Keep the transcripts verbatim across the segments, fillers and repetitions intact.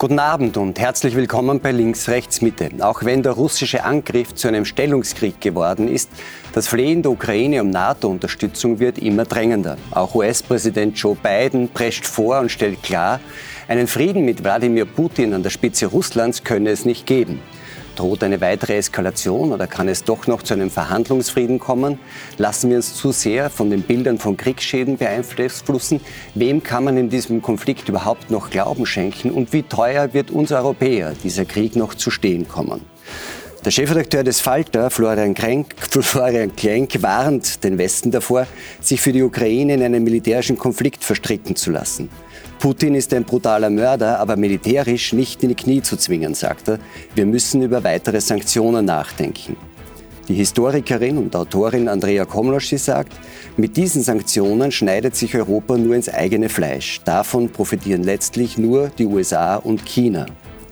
Guten Abend und herzlich willkommen bei Links, Rechts, Mitte. Auch wenn der russische Angriff zu einem Stellungskrieg geworden ist, das Flehen der Ukraine um NATO-Unterstützung wird immer drängender. Auch U S-Präsident Joe Biden prescht vor und stellt klar, einen Frieden mit Wladimir Putin an der Spitze Russlands könne es nicht geben. Droht eine weitere Eskalation oder kann es doch noch zu einem Verhandlungsfrieden kommen? Lassen wir uns zu sehr von den Bildern von Kriegsschäden beeinflussen? Wem kann man in diesem Konflikt überhaupt noch Glauben schenken? Und wie teuer wird uns Europäer dieser Krieg noch zu stehen kommen? Der Chefredakteur des Falter, Florian Klenk, Florian Klenk, warnt den Westen davor, sich für die Ukraine in einen militärischen Konflikt verstricken zu lassen. Putin ist ein brutaler Mörder, aber militärisch nicht in die Knie zu zwingen, sagt er. Wir müssen über weitere Sanktionen nachdenken. Die Historikerin und Autorin Andrea Komloschi sagt, mit diesen Sanktionen schneidet sich Europa nur ins eigene Fleisch. Davon profitieren letztlich nur die U S A und China.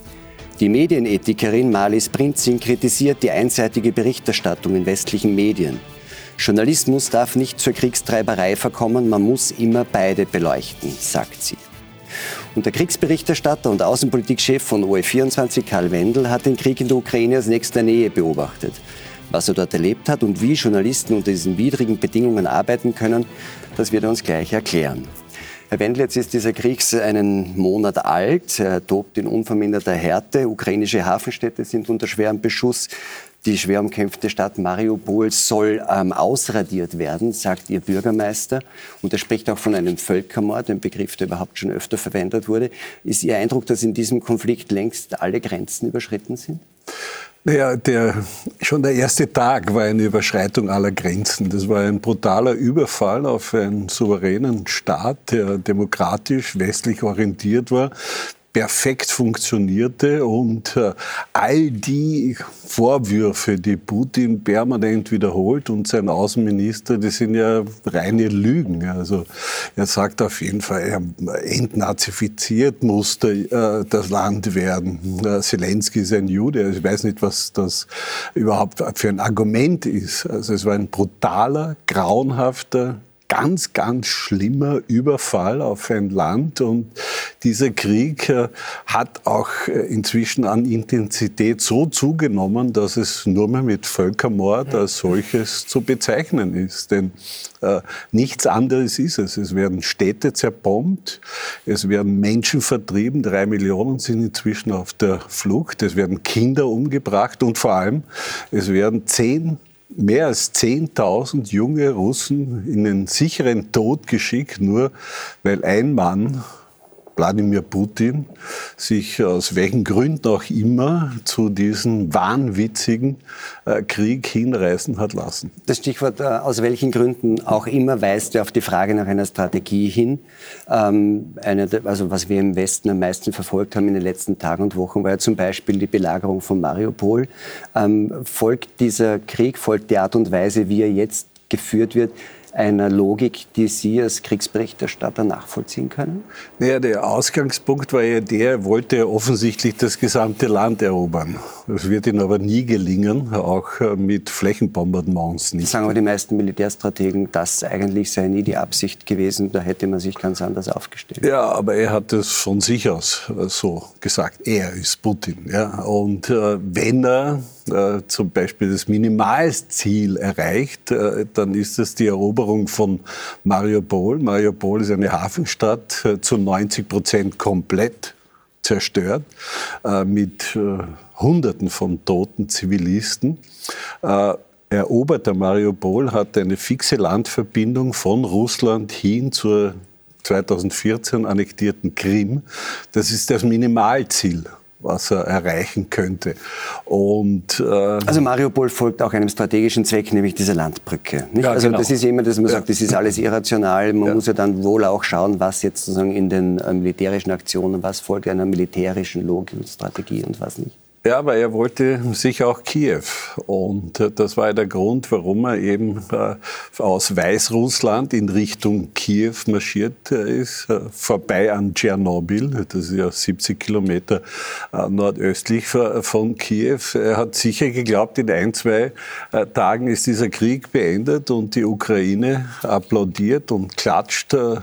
Die Medienethikerin Marlies Prinzing kritisiert die einseitige Berichterstattung in westlichen Medien. Journalismus darf nicht zur Kriegstreiberei verkommen, man muss immer beide beleuchten, sagt sie. Und der Kriegsberichterstatter und Außenpolitikchef von O E vierundzwanzig, Karl Wendel, hat den Krieg in der Ukraine aus nächster Nähe beobachtet. Was er dort erlebt hat und wie Journalisten unter diesen widrigen Bedingungen arbeiten können, das wird er uns gleich erklären. Herr Wendel, jetzt ist dieser Krieg einen Monat alt, er tobt in unverminderter Härte. Ukrainische Hafenstädte sind unter schwerem Beschuss. Die schwer umkämpfte Stadt Mariupol soll ähm, ausradiert werden, sagt ihr Bürgermeister. Und er spricht auch von einem Völkermord, ein Begriff, der überhaupt schon öfter verwendet wurde. Ist Ihr Eindruck, dass in diesem Konflikt längst alle Grenzen überschritten sind? Naja, der, schon der erste Tag war eine Überschreitung aller Grenzen. Das war ein brutaler Überfall auf einen souveränen Staat, der demokratisch westlich orientiert war, perfekt funktionierte und äh, all die Vorwürfe, die Putin permanent wiederholt und sein Außenminister, die sind ja reine Lügen. Also er sagt auf jeden Fall, er entnazifiziert musste äh, das Land werden. Äh, Zelensky ist ein Jude, ich weiß nicht, was das überhaupt für ein Argument ist. Also es war ein brutaler, grauenhafter, ganz, ganz schlimmer Überfall auf ein Land und dieser Krieg äh, hat auch äh, inzwischen an Intensität so zugenommen, dass es nur mehr mit Völkermord als solches zu bezeichnen ist. Denn äh, nichts anderes ist es. Es werden Städte zerbombt, es werden Menschen vertrieben, drei Millionen sind inzwischen auf der Flucht, es werden Kinder umgebracht und vor allem, es werden zehn mehr als zehntausend junge Russen in einen sicheren Tod geschickt, nur weil ein Mann, Wladimir Putin, sich aus welchen Gründen auch immer zu diesem wahnwitzigen äh, Krieg hinreißen hat lassen. Das Stichwort äh, aus welchen Gründen auch immer weist ja auf die Frage nach einer Strategie hin. Ähm, eine, also was wir im Westen am meisten verfolgt haben in den letzten Tagen und Wochen, war ja zum Beispiel die Belagerung von Mariupol. Ähm, folgt dieser Krieg, folgt die Art und Weise, wie er jetzt geführt wird, einer Logik, die Sie als Kriegsberichterstatter nachvollziehen können? Naja, der Ausgangspunkt war ja der, er wollte offensichtlich das gesamte Land erobern. Das wird ihm aber nie gelingen, auch mit Flächenbombardements nicht. Das sagen aber die meisten Militärstrategen, das eigentlich sei nie die Absicht gewesen, da hätte man sich ganz anders aufgestellt. Ja, aber er hat es von sich aus so gesagt, er ist Putin. Ja? Und äh, wenn er äh, zum Beispiel das Minimalziel erreicht, äh, dann ist es die Eroberung von Mariupol. Mariupol ist eine Hafenstadt, äh, zu neunzig Prozent komplett zerstört, äh, mit äh, Hunderten von toten Zivilisten. Äh, erobert der Mariupol, hat eine fixe Landverbindung von Russland hin zur zweitausendvierzehn annektierten Krim. Das ist das Minimalziel, was er erreichen könnte. Und, äh, also Mariupol folgt auch einem strategischen Zweck, nämlich dieser Landbrücke. Nicht? Ja, also genau. Das ist immer, dass man ja. sagt, das ist alles irrational. Man ja. muss ja dann wohl auch schauen, was jetzt sozusagen in den äh, militärischen Aktionen, was folgt einer militärischen Logik und Strategie und was nicht. Ja, aber er wollte sich auch Kiew. Und äh, das war der Grund, warum er eben äh, aus Weißrussland in Richtung Kiew marschiert äh, ist, äh, vorbei an Tschernobyl. Das ist ja siebzig Kilometer äh, nordöstlich von Kiew. Er hat sicher geglaubt, in ein, zwei äh, Tagen ist dieser Krieg beendet und die Ukraine applaudiert und klatscht äh,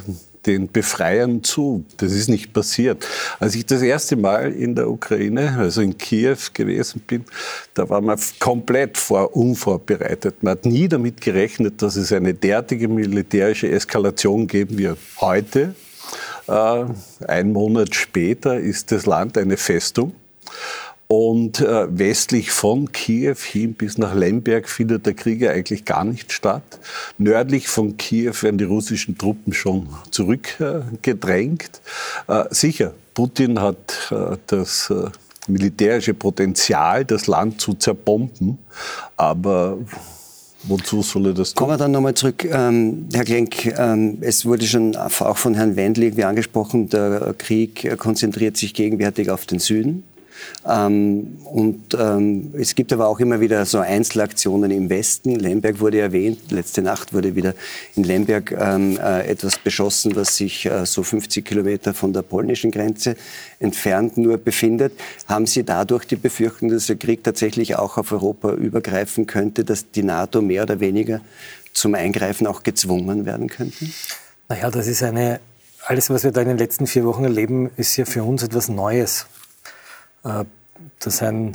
den Befreiern zu. Das ist nicht passiert. Als ich das erste Mal in der Ukraine, also in Kiew gewesen bin, da war man komplett vor, unvorbereitet. Man hat nie damit gerechnet, dass es eine derartige militärische Eskalation geben wird. Heute, äh, ein Monat später, ist das Land eine Festung. Und äh, westlich von Kiew hin bis nach Lemberg findet der Krieg eigentlich gar nicht statt. Nördlich von Kiew werden die russischen Truppen schon zurückgedrängt. Äh, sicher, Putin hat äh, das äh, militärische Potenzial, das Land zu zerbomben, aber wozu soll er das tun? Kommen wir dann nochmal zurück, ähm, Herr Klenk, ähm, es wurde schon auch von Herrn Wendel irgendwie angesprochen, der Krieg konzentriert sich gegenwärtig auf den Süden. Ähm, und ähm, es gibt aber auch immer wieder so Einzelaktionen im Westen. Lemberg wurde erwähnt. Letzte Nacht wurde wieder in Lemberg ähm, äh, etwas beschossen, was sich äh, so fünfzig Kilometer von der polnischen Grenze entfernt nur befindet. Haben Sie dadurch die Befürchtung, dass der Krieg tatsächlich auch auf Europa übergreifen könnte, dass die NATO mehr oder weniger zum Eingreifen auch gezwungen werden könnte? Naja, das ist eine, alles, was wir da in den letzten vier Wochen erleben, ist ja für uns etwas Neues. Dass ein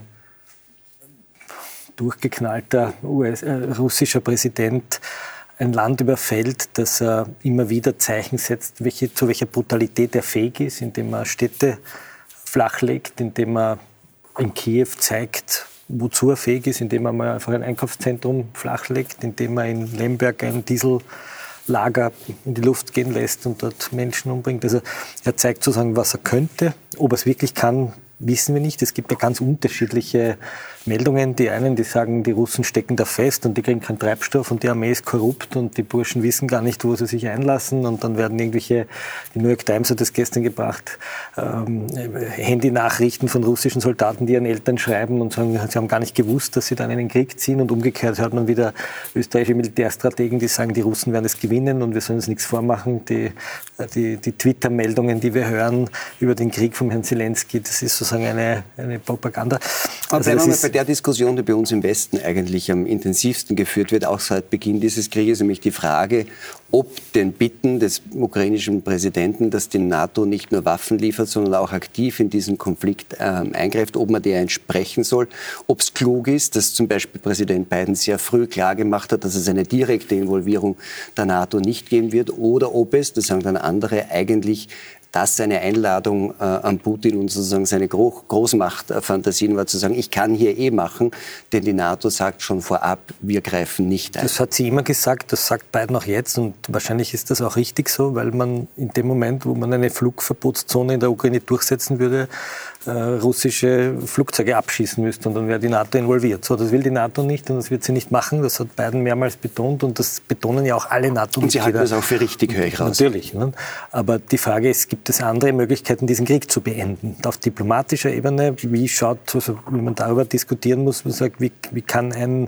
durchgeknallter U S, äh, russischer Präsident ein Land überfällt, dass er immer wieder Zeichen setzt, welche, zu welcher Brutalität er fähig ist, indem er Städte flachlegt, indem er in Kiew zeigt, wozu er fähig ist, indem er mal einfach ein Einkaufszentrum flachlegt, indem er in Lemberg ein Diesellager in die Luft gehen lässt und dort Menschen umbringt. Also er zeigt sozusagen, was er könnte. Ob er es wirklich kann, wissen wir nicht. Es gibt ja ganz unterschiedliche Meldungen. Die einen, die sagen, die Russen stecken da fest und die kriegen keinen Treibstoff und die Armee ist korrupt und die Burschen wissen gar nicht, wo sie sich einlassen. Und dann werden irgendwelche, die New York Times hat das gestern gebracht, ähm, Handynachrichten von russischen Soldaten, die ihren Eltern schreiben und sagen, sie haben gar nicht gewusst, dass sie dann in den Krieg ziehen. Und umgekehrt hört man wieder österreichische Militärstrategen, die sagen, die Russen werden es gewinnen und wir sollen uns nichts vormachen. Die, die, die Twitter-Meldungen, die wir hören über den Krieg von Herrn Zelensky, das ist sozusagen eine, eine Propaganda. Aber also bleiben wir mal bei der Diskussion, die bei uns im Westen eigentlich am intensivsten geführt wird, auch seit Beginn dieses Krieges, nämlich die Frage, ob den Bitten des ukrainischen Präsidenten, dass die NATO nicht nur Waffen liefert, sondern auch aktiv in diesen Konflikt äh, eingreift, ob man der entsprechen soll, ob es klug ist, dass zum Beispiel Präsident Biden sehr früh klargemacht hat, dass es eine direkte Involvierung der NATO nicht geben wird, oder ob es, das sagen dann andere, eigentlich das eine Einladung äh, an Putin und sozusagen seine Gro- Großmachtfantasien war, zu sagen, ich kann hier eh machen, denn die NATO sagt schon vorab, wir greifen nicht ein. Das hat sie immer gesagt, das sagt Biden auch jetzt und wahrscheinlich ist das auch richtig so, weil man in dem Moment, wo man eine Flugverbotszone in der Ukraine durchsetzen würde, äh, russische Flugzeuge abschießen müsste und dann wäre die NATO involviert. So, das will die NATO nicht und das wird sie nicht machen, das hat Biden mehrmals betont und das betonen ja auch alle NATO-Mitglieder. Und sie halten das auch für richtig, höre ich raus. Natürlich, ne? Aber die Frage ist, gibt es andere Möglichkeiten, diesen Krieg zu beenden? Auf diplomatischer Ebene, wie schaut, also wie man darüber diskutieren muss, man sagt, wie, wie kann ein,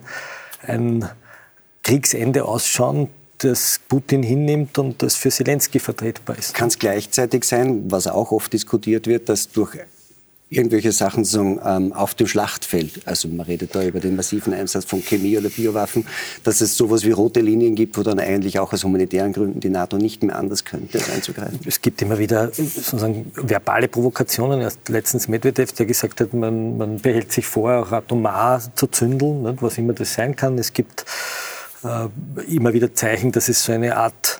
ein Kriegsende ausschauen, das Putin hinnimmt und das für Zelensky vertretbar ist? Kann es gleichzeitig sein, was auch oft diskutiert wird, dass durch irgendwelche Sachen sagen, ähm, auf dem Schlachtfeld, also man redet da über den massiven Einsatz von Chemie- oder Biowaffen, dass es sowas wie rote Linien gibt, wo dann eigentlich auch aus humanitären Gründen die NATO nicht mehr anders könnte, einzugreifen? Es gibt immer wieder sozusagen verbale Provokationen. Erst letztens Medvedev, der gesagt hat, man, man behält sich vor, auch atomar zu zündeln, nicht, was immer das sein kann. Es gibt äh, immer wieder Zeichen, dass es so eine Art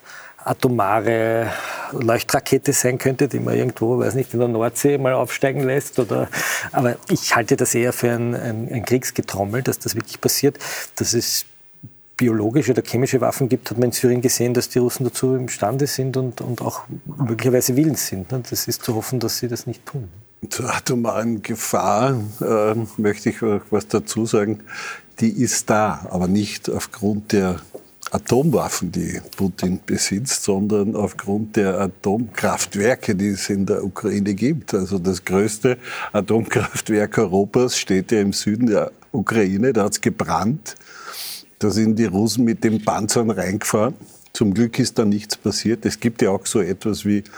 atomare Leuchtrakete sein könnte, die man irgendwo, weiß nicht, in der Nordsee mal aufsteigen lässt. Oder, aber ich halte das eher für ein, ein, ein Kriegsgetrommel, dass das wirklich passiert. Dass es biologische oder chemische Waffen gibt, hat man in Syrien gesehen, dass die Russen dazu imstande sind und, und auch möglicherweise willens sind. Das ist zu hoffen, dass sie das nicht tun. Zur atomaren Gefahr äh, möchte ich was dazu sagen. Die ist da, aber nicht aufgrund der Atomwaffen, die Putin besitzt, sondern aufgrund der Atomkraftwerke, die es in der Ukraine gibt. Also das größte Atomkraftwerk Europas steht ja im Süden der Ukraine, da hat es gebrannt. Da sind die Russen mit den Panzern reingefahren. Zum Glück ist da nichts passiert. Es gibt ja auch so etwas wie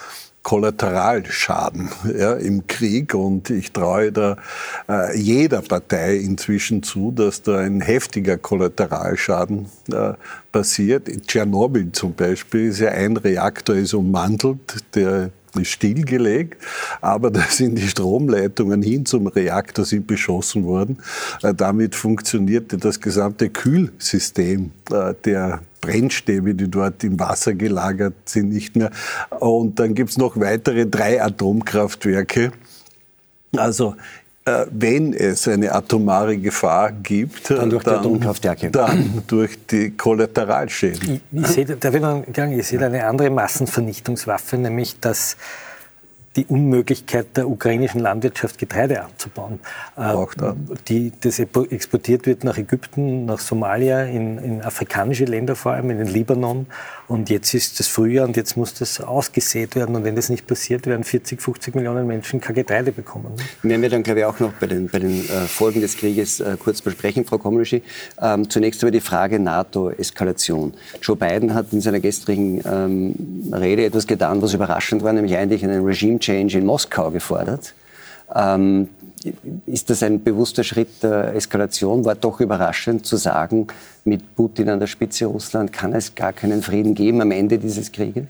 Kollateralschaden, ja, im Krieg, und ich traue da äh, jeder Partei inzwischen zu, dass da ein heftiger Kollateralschaden äh, passiert. In Tschernobyl zum Beispiel ist ja ein Reaktor ist ummantelt, der ist stillgelegt, aber da sind die Stromleitungen hin zum Reaktor sind beschossen worden. Äh, damit funktionierte das gesamte Kühlsystem äh, der Brennstäbe, die dort im Wasser gelagert sind, nicht mehr. Und dann gibt es noch weitere drei Atomkraftwerke. Also äh, wenn es eine atomare Gefahr gibt, dann durch die dann, Atomkraftwerke. Dann durch die Kollateralschäden. Ich, ich sehe, da ich sehe eine andere Massenvernichtungswaffe, nämlich dass die Unmöglichkeit der ukrainischen Landwirtschaft, Getreide anzubauen. Auch da. Die, das exportiert wird nach Ägypten, nach Somalia, in, in afrikanische Länder vor allem, in den Libanon. Und jetzt ist das Frühjahr und jetzt muss das ausgesät werden. Und wenn das nicht passiert, werden vierzig, fünfzig Millionen Menschen kein Getreide bekommen. Werden wir dann, glaube ich, auch noch bei den, bei den äh, Folgen des Krieges äh, kurz besprechen, Frau Komloschi. Ähm, zunächst aber die Frage NATO-Eskalation. Joe Biden hat in seiner gestrigen ähm, Rede etwas getan, was überraschend war, nämlich eigentlich einen Regime-Change in Moskau gefordert. Ähm, ist das ein bewusster Schritt der Eskalation? War doch überraschend zu sagen, mit Putin an der Spitze Russland kann es gar keinen Frieden geben am Ende dieses Krieges?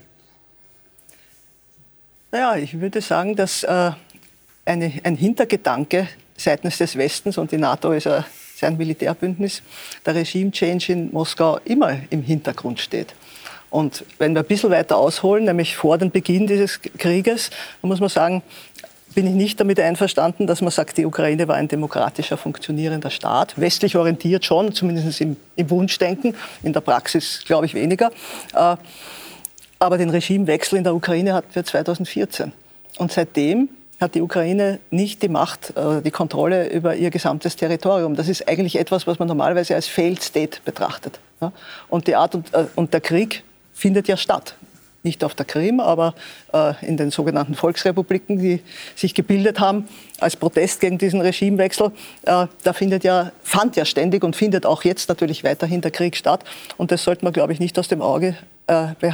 Naja, ich würde sagen, dass äh, eine, ein Hintergedanke seitens des Westens, und die NATO ist ja sein Militärbündnis, der Regime-Change in Moskau immer im Hintergrund steht. Und wenn wir ein bisschen weiter ausholen, nämlich vor dem Beginn dieses Krieges, dann muss man sagen, bin ich nicht damit einverstanden, dass man sagt, die Ukraine war ein demokratischer, funktionierender Staat. Westlich orientiert schon, zumindest im, im Wunschdenken, in der Praxis glaube ich weniger. Äh, aber den Regimewechsel in der Ukraine hatten wir zweitausendvierzehn. Und seitdem hat die Ukraine nicht die Macht, äh, die Kontrolle über ihr gesamtes Territorium. Das ist eigentlich etwas, was man normalerweise als Failed State betrachtet. Ja? Und die Art und, äh, und der Krieg findet ja statt. Nicht auf der Krim, aber äh, in den sogenannten Volksrepubliken, die sich gebildet haben als Protest gegen diesen Regimewechsel. Äh, da findet ja, fand ja ständig und findet auch jetzt natürlich weiterhin der Krieg statt. Und das sollte man, glaube ich, nicht aus dem Auge äh, äh,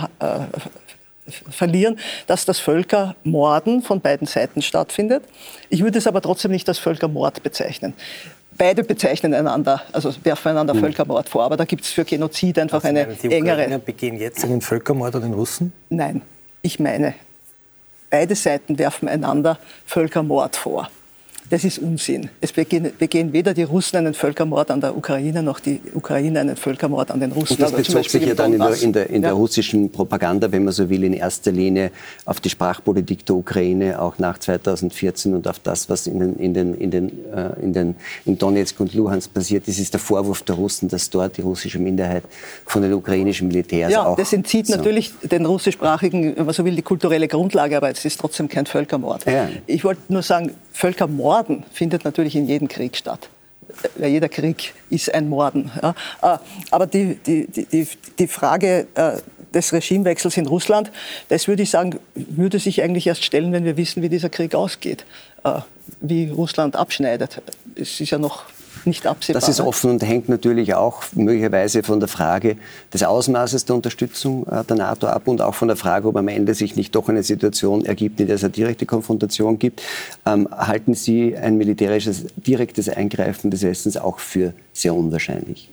verlieren, dass das Völkermorden von beiden Seiten stattfindet. Ich würde es aber trotzdem nicht als Völkermord bezeichnen. Beide bezeichnen einander, also werfen einander mhm. Völkermord vor, aber da gibt es für Genozid einfach also eine die engere... Die Ukrainer begehen jetzt einen Völkermord an den Russen? Nein, ich meine, beide Seiten werfen einander Völkermord vor. Das ist Unsinn. Es begehen, begehen weder die Russen einen Völkermord an der Ukraine, noch die Ukraine einen Völkermord an den Russen. Und das bezog sich ja dann in der, in der, in der ja. russischen Propaganda, wenn man so will, in erster Linie auf die Sprachpolitik der Ukraine, auch nach zweitausendvierzehn, und auf das, was in, den, in, den, in, den, äh, in, den, in Donetsk und Luhansk passiert ist, ist der Vorwurf der Russen, dass dort die russische Minderheit von den ukrainischen Militärs ja, auch... Ja, das entzieht so. natürlich den russischsprachigen, wenn man so will, die kulturelle Grundlage, aber es ist trotzdem kein Völkermord. Ja. Ich wollte nur sagen, Völkermord findet natürlich in jedem Krieg statt. Jeder Krieg ist ein Morden. Ja. Aber die, die, die, die Frage des Regimewechsels in Russland, das würde ich sagen, würde sich eigentlich erst stellen, wenn wir wissen, wie dieser Krieg ausgeht. Wie Russland abschneidet. Es ist ja noch nicht absehbar. Das ist offen und hängt natürlich auch möglicherweise von der Frage des Ausmaßes der Unterstützung der NATO ab und auch von der Frage, ob am Ende sich nicht doch eine Situation ergibt, in der es eine direkte Konfrontation gibt. Ähm, halten Sie ein militärisches, direktes Eingreifen des Westens auch für sehr unwahrscheinlich?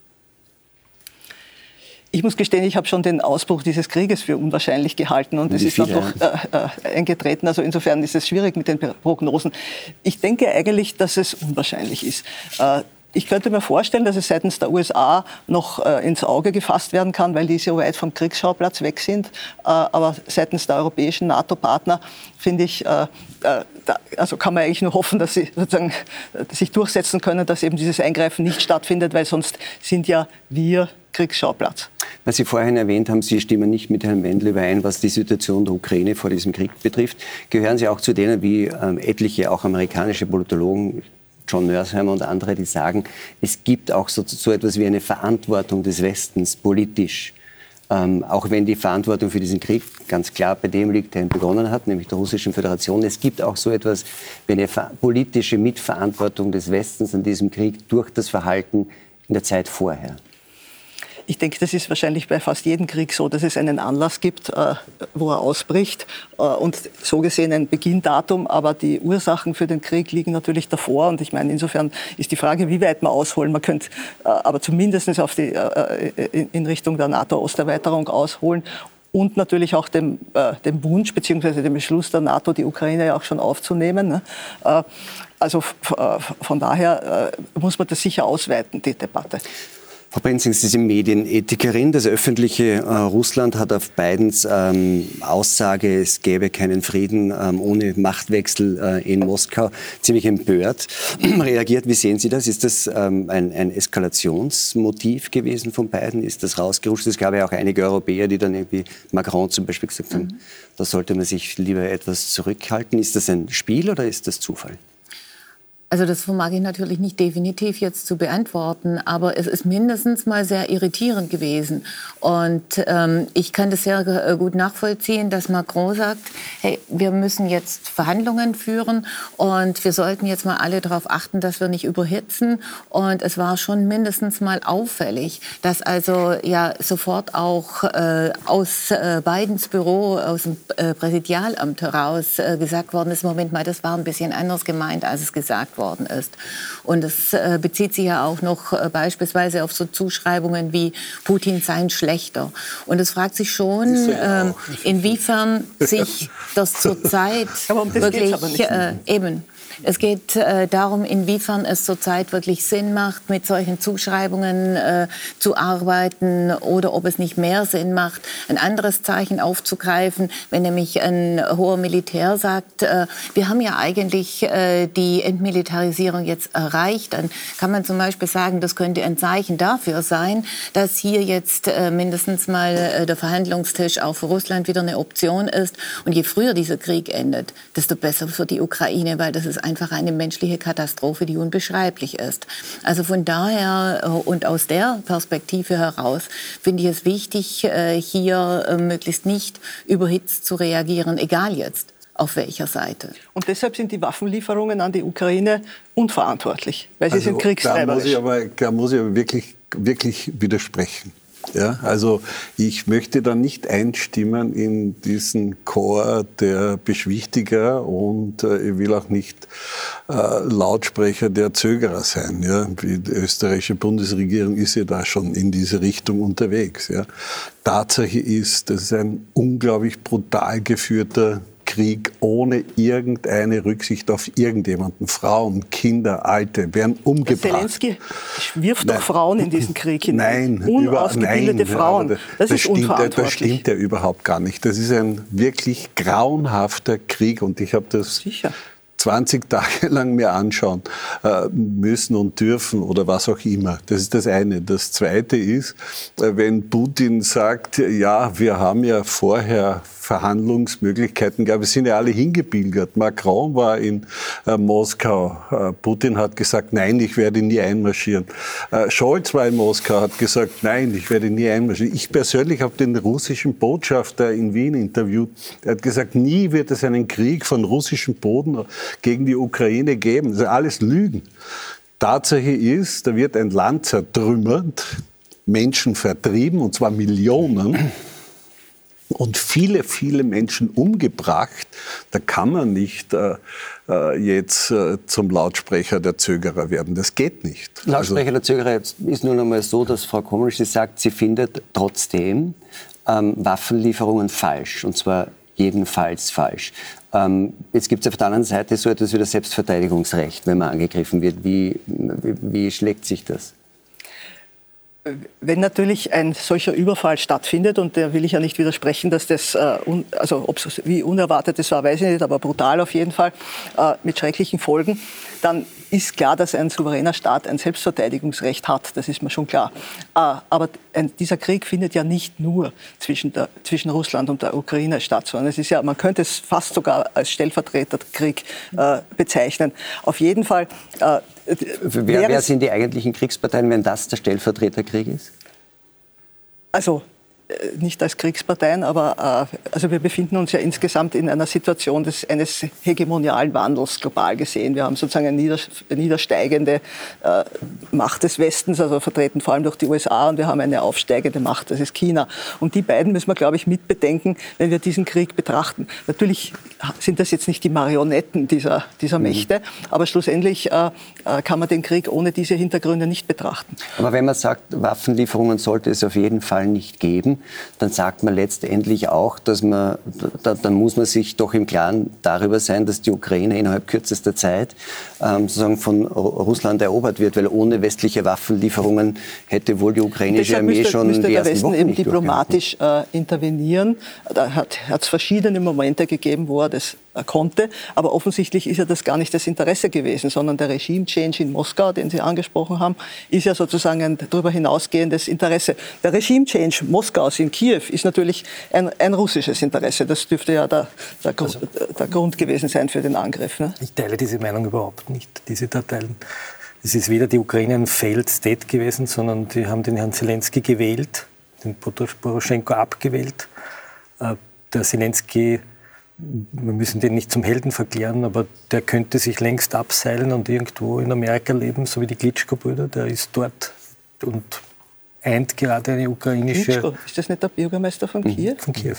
Ich muss gestehen, ich habe schon den Ausbruch dieses Krieges für unwahrscheinlich gehalten und es ist dann doch äh, eingetreten. Also insofern ist es schwierig mit den Prognosen. Ich denke eigentlich, dass es unwahrscheinlich ist. Äh, ich könnte mir vorstellen, dass es seitens der U S A noch äh, ins Auge gefasst werden kann, weil die so weit vom Kriegsschauplatz weg sind. Äh, aber seitens der europäischen NATO-Partner finde ich, äh, da, also kann man eigentlich nur hoffen, dass sie sozusagen sich durchsetzen können, dass eben dieses Eingreifen nicht stattfindet, weil sonst sind ja wir Kriegsschauplatz. Was Sie vorhin erwähnt haben, Sie stimmen nicht mit Herrn Wendel überein, was die Situation der Ukraine vor diesem Krieg betrifft. Gehören Sie auch zu denen, wie ähm, etliche auch amerikanische Politologen, John Mersheimer und andere, die sagen, es gibt auch so, so etwas wie eine Verantwortung des Westens politisch. Ähm, auch wenn die Verantwortung für diesen Krieg ganz klar bei dem liegt, der ihn begonnen hat, nämlich der Russischen Föderation. Es gibt auch so etwas wie eine politische Mitverantwortung des Westens an diesem Krieg durch das Verhalten in der Zeit vorher. ich denke, das ist wahrscheinlich bei fast jedem Krieg so, dass es einen Anlass gibt, äh, wo er ausbricht äh, und so gesehen ein Beginndatum, aber die Ursachen für den Krieg liegen natürlich davor und ich meine, insofern ist die Frage, wie weit man ausholen. Man könnte äh, aber zumindest auf die, äh, in, in Richtung der NATO-Osterweiterung ausholen. Und natürlich auch dem, äh, dem Wunsch bzw. dem Beschluss der NATO, die Ukraine ja auch schon aufzunehmen. Ne? Äh, also äh, von daher äh, muss man das sicher ausweiten, die Debatte. Frau Brenzing, Sie sind Medienethikerin. Das öffentliche äh, Russland hat auf Bidens ähm, Aussage, es gäbe keinen Frieden ähm, ohne Machtwechsel äh, in Moskau, ziemlich empört reagiert. Wie sehen Sie das? Ist das ähm, ein, ein Eskalationsmotiv gewesen von Biden? Ist das rausgerutscht? Es gab ja auch einige Europäer, die dann irgendwie, Macron zum Beispiel, gesagt haben, mhm. da sollte man sich lieber etwas zurückhalten. Ist das ein Spiel oder ist das Zufall? Also das vermag ich natürlich nicht definitiv jetzt zu beantworten, aber es ist mindestens mal sehr irritierend gewesen. Und ähm, ich kann das sehr gut nachvollziehen, dass Macron sagt, hey, wir müssen jetzt Verhandlungen führen und wir sollten jetzt mal alle darauf achten, dass wir nicht überhitzen. Und es war schon mindestens mal auffällig, dass also ja sofort auch äh, aus äh, Bidens Büro, aus dem äh, Präsidialamt heraus äh, gesagt worden ist, Moment mal, das war ein bisschen anders gemeint, als es gesagt wurde. Worden ist. Und es äh, bezieht sich ja auch noch äh, beispielsweise auf so Zuschreibungen wie Putin sei ein Schlechter. Und es fragt sich schon, äh, inwiefern sich das zurzeit um wirklich äh, eben Es geht äh, darum, inwiefern es zurzeit wirklich Sinn macht, mit solchen Zuschreibungen äh, zu arbeiten oder ob es nicht mehr Sinn macht, ein anderes Zeichen aufzugreifen, wenn nämlich ein hoher Militär sagt, äh, wir haben ja eigentlich äh, die Entmilitarisierung jetzt erreicht, dann kann man zum Beispiel sagen, das könnte ein Zeichen dafür sein, dass hier jetzt äh, mindestens mal äh, der Verhandlungstisch auch für Russland wieder eine Option ist. Und je früher dieser Krieg endet, desto besser für die Ukraine, weil das ist einfach eine menschliche Katastrophe, die unbeschreiblich ist. Also von daher und aus der Perspektive heraus finde ich es wichtig, hier möglichst nicht überhitzt zu reagieren, egal jetzt auf welcher Seite. Und deshalb sind die Waffenlieferungen an die Ukraine unverantwortlich, weil sie also, sind kriegstreiberisch. Da muss ich aber, da muss ich aber wirklich, wirklich widersprechen. Ja, also ich möchte da nicht einstimmen in diesen Chor der Beschwichtiger und äh, ich will auch nicht äh, Lautsprecher der Zögerer sein. Ja. Die österreichische Bundesregierung ist ja da schon in diese Richtung unterwegs. Ja. Tatsache ist, das ist ein unglaublich brutal geführter Krieg ohne irgendeine Rücksicht auf irgendjemanden. Frauen, Kinder, Alte werden umgebracht. Zelensky wirft doch Frauen in diesen Krieg hinein. Nein, unausgebildete nein, Frauen. Das, das ist stimmt, unverantwortlich. Das stimmt ja überhaupt gar nicht. Das ist ein wirklich grauenhafter Krieg und ich habe das Sicher. zwanzig Tage lang mir anschauen äh, müssen und dürfen oder was auch immer. Das ist das eine. Das zweite ist, äh, wenn Putin sagt, ja, wir haben ja vorher Verhandlungsmöglichkeiten gehabt, wir sind ja alle hingepilgert. Macron war in äh, Moskau. Äh, Putin hat gesagt, nein, ich werde nie einmarschieren. Äh, Scholz war in Moskau, hat gesagt, nein, ich werde nie einmarschieren. Ich persönlich habe den russischen Botschafter in Wien interviewt. Er hat gesagt, nie wird es einen Krieg von russischem Boden gegen die Ukraine geben. Das sind alles Lügen. Tatsache ist, da wird ein Land zertrümmert, Menschen vertrieben, und zwar Millionen, und viele, viele Menschen umgebracht. Da kann man nicht äh, jetzt äh, zum Lautsprecher der Zögerer werden. Das geht nicht. Lautsprecher der Zögerer ist nun einmal so, dass Frau Komisch sagt, sie findet trotzdem ähm, Waffenlieferungen falsch, und zwar jedenfalls falsch. Ähm, jetzt gibt es auf der anderen Seite so etwas wie das Selbstverteidigungsrecht, wenn man angegriffen wird. Wie, wie, wie schlägt sich das? Wenn natürlich ein solcher Überfall stattfindet, und da will ich ja nicht widersprechen, dass das, äh, un, also ob es wie unerwartet das war, weiß ich nicht, aber brutal auf jeden Fall, äh, mit schrecklichen Folgen, dann ist klar, dass ein souveräner Staat ein Selbstverteidigungsrecht hat. Das ist mir schon klar. Äh, aber ein, dieser Krieg findet ja nicht nur zwischen, der, zwischen Russland und der Ukraine statt, sondern es ist ja, man könnte es fast sogar als Stellvertreterkrieg äh, bezeichnen. Auf jeden Fall. Äh, wer, wer sind die eigentlichen Kriegsparteien, wenn das der Stellvertreterkrieg ist? Also nicht als Kriegsparteien, aber äh, also wir befinden uns ja insgesamt in einer Situation des, eines hegemonialen Wandels global gesehen. Wir haben sozusagen eine nieder, niedersteigende äh, Macht des Westens, also vertreten vor allem durch die U S A, und wir haben eine aufsteigende Macht, das ist China. Und die beiden müssen wir, glaube ich, mitbedenken, wenn wir diesen Krieg betrachten. Natürlich sind das jetzt nicht die Marionetten dieser, dieser mhm. Mächte, aber schlussendlich äh, kann man den Krieg ohne diese Hintergründe nicht betrachten. Aber wenn man sagt, Waffenlieferungen sollte es auf jeden Fall nicht geben, dann sagt man letztendlich auch, dass man, da, dann muss man sich doch im Klaren darüber sein, dass die Ukraine innerhalb kürzester Zeit ähm, sozusagen von Russland erobert wird, weil ohne westliche Waffenlieferungen hätte wohl die ukrainische Armee müsste, schon müsste die der ersten Westen Wochen eben nicht diplomatisch äh, intervenieren. Da hat es verschiedene Momente gegeben, wo er das äh, konnte, aber offensichtlich ist ja das gar nicht das Interesse gewesen, sondern der Regime-Change in Moskau, den Sie angesprochen haben, ist ja sozusagen ein darüber hinausgehendes Interesse. Der Regime-Change Moskaus in Kiew ist natürlich ein, ein russisches Interesse. Das dürfte ja der, der, also, der Grund gewesen sein für den Angriff. Ne? Ich teile diese Meinung überhaupt nicht, diese da teilen. Es ist weder die Ukraine ein Failed State gewesen, sondern die haben den Herrn Zelensky gewählt, den Poroschenko abgewählt. Der Zelensky, wir müssen den nicht zum Helden verklären, aber der könnte sich längst abseilen und irgendwo in Amerika leben, so wie die Klitschko-Brüder. Der ist dort und eint gerade eine ukrainische... Klitschko, ist das nicht der Bürgermeister von Kiew? Von Kiew,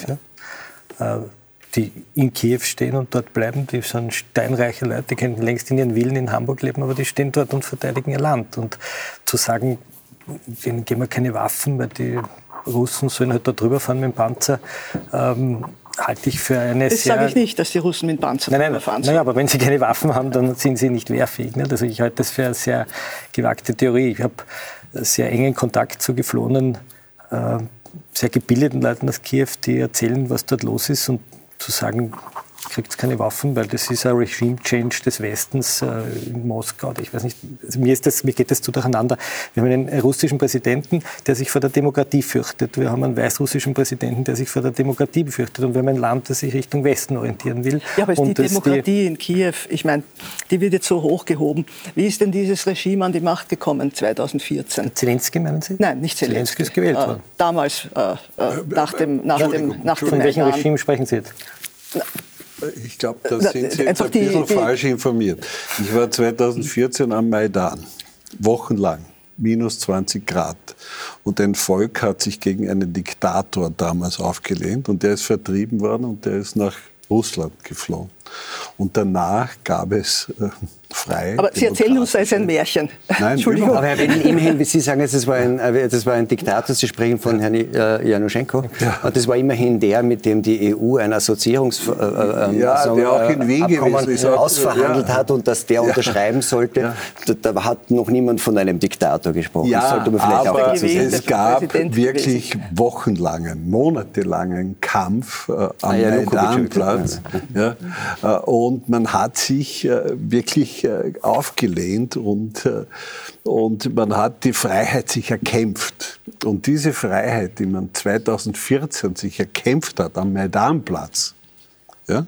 ja. Die in Kiew stehen und dort bleiben, die sind steinreiche Leute, die könnten längst in ihren Villen in Hamburg leben, aber die stehen dort und verteidigen ihr Land. Und zu sagen, denen geben wir keine Waffen, weil die Russen sollen halt da drüber fahren mit dem Panzer, ähm, halte ich für eine das sehr... Das sage ich nicht, dass die Russen mit dem Panzer nein, nein, fahren. Naja, aber wenn sie keine Waffen haben, dann sind sie nicht wehrfähig. Nicht? Also ich halte das für eine sehr gewagte Theorie. Ich habe sehr engen Kontakt zu geflohenen, äh, sehr gebildeten Leuten aus Kiew, die erzählen, was dort los ist, und zu sagen, kriegt keine Waffen, weil das ist ein Regime-Change des Westens äh, in Moskau. Ich weiß nicht, also mir, ist das, mir geht das zu durcheinander. Wir haben einen russischen Präsidenten, der sich vor der Demokratie fürchtet. Wir haben einen weißrussischen Präsidenten, der sich vor der Demokratie fürchtet. Und wir haben ein Land, das sich Richtung Westen orientieren will. Ja, aber ist und die Demokratie die in Kiew, ich meine, die wird jetzt so hochgehoben. Wie ist denn dieses Regime an die Macht gekommen zweitausendvierzehn? Zelensky, meinen Sie? Nein, nicht Zelensky. Zelensky ist gewählt worden. Äh, damals, äh, äh, nach dem, nach dem, nach dem Von welchem Maidan. Regime sprechen Sie jetzt? Na, Ich glaube, da sind Sie jetzt ein bisschen die, falsch informiert. Ich war zweitausendvierzehn am Maidan, wochenlang, minus zwanzig Grad. Und ein Volk hat sich gegen einen Diktator damals aufgelehnt, und der ist vertrieben worden und der ist nach Russland geflohen. Und danach gab es äh, frei. Aber Sie erzählen uns, das ist ein Märchen. Nein, Entschuldigung. Aber immerhin, wie Sie sagen, das war ein, das war ein Diktator, Sie sprechen von Herrn äh, Januschenko. Ja. Und das war immerhin der, mit dem die E U ein Assoziierungs äh, äh, ja, also, der auch in Wien Abkommen ist, ausverhandelt ja. hat und dass der ja. unterschreiben sollte. Ja. Da, da hat noch niemand von einem Diktator gesprochen. Ja, das sollte man vielleicht aber auch dazu sagen. es gab wirklich wochenlangen, monatelangen Kampf äh, am ah, ja, Maidanplatz. Ja, äh, und man hat sich äh, wirklich äh, aufgelehnt und, äh, und man hat die Freiheit sich erkämpft. Und diese Freiheit, die man zweitausendvierzehn sich erkämpft hat am Maidanplatz, ja,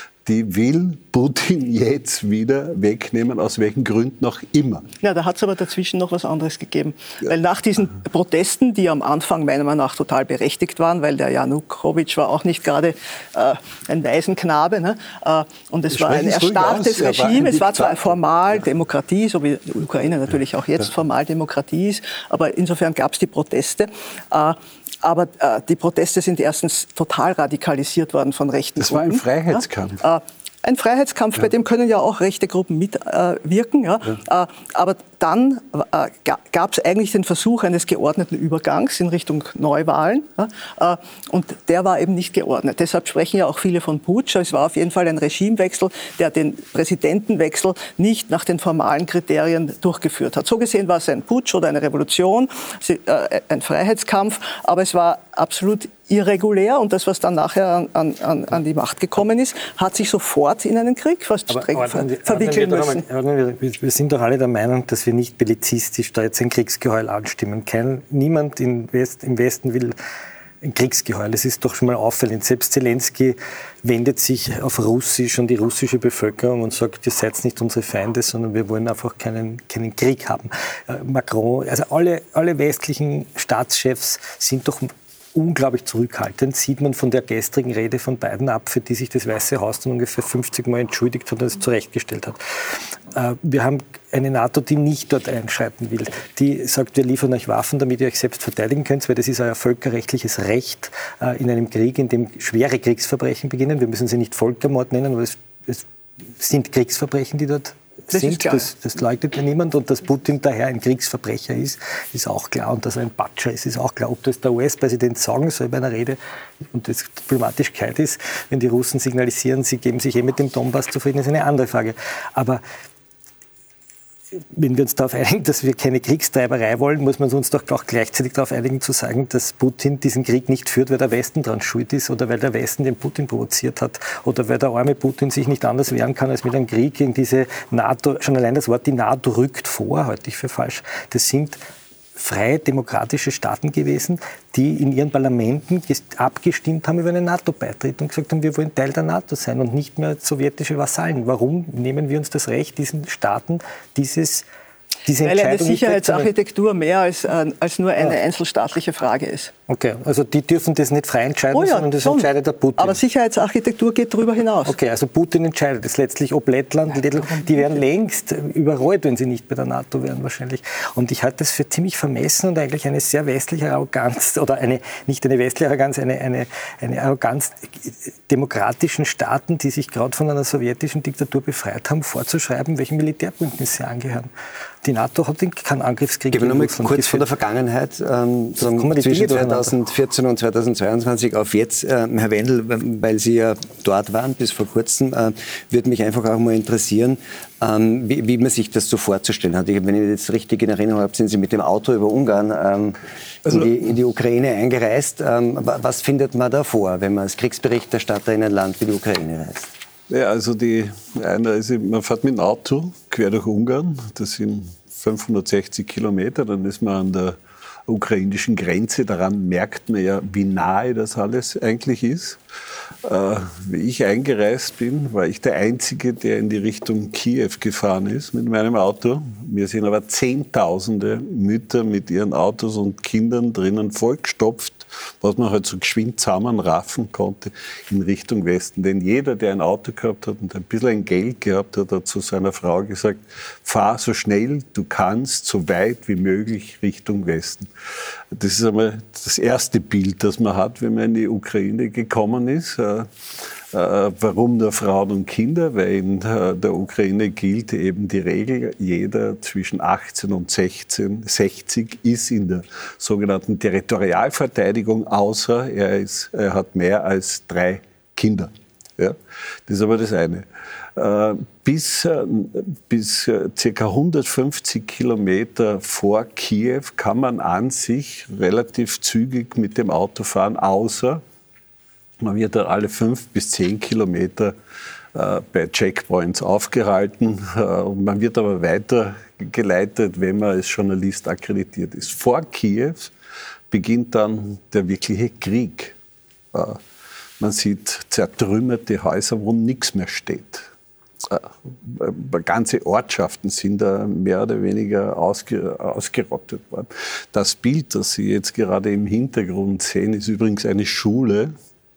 die will Putin jetzt wieder wegnehmen, aus welchen Gründen auch immer. Ja, da hat es aber dazwischen noch was anderes gegeben. Ja. Weil nach diesen Protesten, die am Anfang meiner Meinung nach total berechtigt waren, weil der Janukowitsch war auch nicht gerade äh, ein Waisenknabe, ne? äh, und es war ein erstarrtes Regime. Es war zwar formal Demokratie, so wie die Ukraine natürlich auch jetzt ja. formal Demokratie ist, aber insofern gab es die Proteste. Äh, Aber äh, die Proteste sind erstens total radikalisiert worden von rechten Das Gruppen. Das war ein Freiheitskampf. Ja? Äh, ein Freiheitskampf, ja. bei dem können ja auch rechte Gruppen mitwirken. Äh, ja? ja. äh, aber dann äh, gab es eigentlich den Versuch eines geordneten Übergangs in Richtung Neuwahlen. Ja? Äh, und der war eben nicht geordnet. Deshalb sprechen ja auch viele von Putsch. Es war auf jeden Fall ein Regimewechsel, der den Präsidentenwechsel nicht nach den formalen Kriterien durchgeführt hat. So gesehen war es ein Putsch oder eine Revolution, ein Freiheitskampf, aber es war absolut irregulär, und das, was dann nachher an, an, an die Macht gekommen ist, hat sich sofort in einen Krieg fast streng ver verwickeln müssen. Wir, wir sind doch alle der Meinung, dass wir nicht bellizistisch da jetzt ein Kriegsgeheul anstimmen. Kein, niemand im, West, im Westen will ein Kriegsgeheul. Das ist doch schon mal auffallend. Selbst Zelensky wendet sich auf Russisch und die russische Bevölkerung und sagt, ihr seid nicht unsere Feinde, sondern wir wollen einfach keinen, keinen Krieg haben. Macron, also alle, alle westlichen Staatschefs sind doch unglaublich zurückhaltend. Sieht man von der gestrigen Rede von Biden ab, für die sich das Weiße Haus dann ungefähr fünfzig Mal entschuldigt hat und es zurechtgestellt hat. Wir haben eine NATO, die nicht dort einschreiten will. Die sagt, wir liefern euch Waffen, damit ihr euch selbst verteidigen könnt, weil das ist euer völkerrechtliches Recht in einem Krieg, in dem schwere Kriegsverbrechen beginnen. Wir müssen sie nicht Völkermord nennen, aber es, es sind Kriegsverbrechen, die dort Das sind. ist klar. Das, das leugnet ja niemand. Und dass Putin daher ein Kriegsverbrecher ist, ist auch klar. Und dass er ein Patscher ist, ist auch klar. Ob das der U S-Präsident sagen soll bei einer Rede und das diplomatisch gescheit ist, wenn die Russen signalisieren, sie geben sich eh mit dem Donbass zufrieden, ist eine andere Frage. Aber wenn wir uns darauf einigen, dass wir keine Kriegstreiberei wollen, muss man uns doch auch gleichzeitig darauf einigen, zu sagen, dass Putin diesen Krieg nicht führt, weil der Westen daran schuld ist oder weil der Westen den Putin provoziert hat oder weil der arme Putin sich nicht anders wehren kann als mit einem Krieg gegen diese NATO. Schon allein das Wort, die NATO rückt vor, halte ich für falsch. Das sind freie demokratische Staaten gewesen, die in ihren Parlamenten abgestimmt haben über einen NATO-Beitritt und gesagt haben, wir wollen Teil der NATO sein und nicht mehr sowjetische Vasallen. Warum nehmen wir uns das Recht, diesen Staaten dieses diese Weil eine Entscheidung Sicherheitsarchitektur mehr als, äh, als nur eine Ja. einzelstaatliche Frage ist. Okay, also die dürfen das nicht frei entscheiden, Oh ja, sondern das schon. entscheidet der Putin. Aber Sicherheitsarchitektur geht darüber hinaus. Okay, also Putin entscheidet es letztlich, ob Lettland, Lettland, die wären längst überrollt, wenn sie nicht bei der NATO wären wahrscheinlich. Und ich halte das für ziemlich vermessen und eigentlich eine sehr westliche Arroganz, oder eine, nicht eine westliche Arroganz, eine, eine, eine Arroganz demokratischen Staaten, die sich gerade von einer sowjetischen Diktatur befreit haben, vorzuschreiben, welchem Militärbündnis sie angehören. Die NATO hat keinen Angriffskrieg gegen Russland geführt. Kurz von der Vergangenheit, ähm, kommen die zwischen Dinge zweitausendvierzehn und zweitausendzweiundzwanzig auf jetzt. Äh, Herr Wendel, weil Sie ja dort waren bis vor kurzem, äh, würde mich einfach auch mal interessieren, ähm, wie, wie man sich das so vorzustellen hat. Ich, wenn ich das richtig in Erinnerung habe, sind Sie mit dem Auto über Ungarn ähm, Also, in, die, in die Ukraine eingereist. Ähm, was findet man da vor, wenn man als Kriegsberichterstatter in ein Land wie die Ukraine reist? Ja, also die Einreise, man fährt mit dem Auto quer durch Ungarn, das sind fünfhundertsechzig Kilometer, dann ist man an der ukrainischen Grenze, daran merkt man ja, wie nahe das alles eigentlich ist. Äh, wie ich eingereist bin, war ich der Einzige, der in die Richtung Kiew gefahren ist mit meinem Auto. Mir sind aber Zehntausende Mütter mit ihren Autos und Kindern drinnen vollgestopft, was man halt so geschwind zusammenraffen konnte in Richtung Westen. Denn jeder, der ein Auto gehabt hat und ein bisschen ein Geld gehabt hat, hat zu seiner Frau gesagt, fahr so schnell du kannst, so weit wie möglich Richtung Westen. Das ist einmal das erste Bild, das man hat, wenn man in die Ukraine gekommen ist. Äh, äh, warum nur Frauen und Kinder? Weil in äh, der Ukraine gilt eben die Regel, jeder zwischen achtzehn und sechzehn, sechzig ist in der sogenannten Territorialverteidigung, außer er, ist, er hat mehr als drei Kinder. Ja? Das ist aber das eine. Äh, bis äh, bis äh, ca. hundertfünfzig Kilometer vor Kiew kann man an sich relativ zügig mit dem Auto fahren, außer man wird da alle fünf bis zehn Kilometer äh, bei Checkpoints aufgehalten. Äh, und man wird aber weitergeleitet, wenn man als Journalist akkreditiert ist. Vor Kiew beginnt dann der wirkliche Krieg. Äh, man sieht zertrümmerte Häuser, wo nichts mehr steht. Äh, ganze Ortschaften sind da mehr oder weniger ausge, ausgerottet worden. Das Bild, das Sie jetzt gerade im Hintergrund sehen, ist übrigens eine Schule,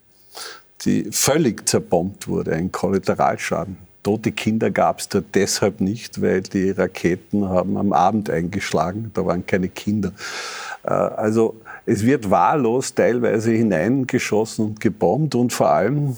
die völlig zerbombt wurde, ein Kollateralschaden. Tote Kinder gab es dort deshalb nicht, weil die Raketen haben am Abend eingeschlagen, da waren keine Kinder. Also es wird wahllos teilweise hineingeschossen und gebombt und vor allem,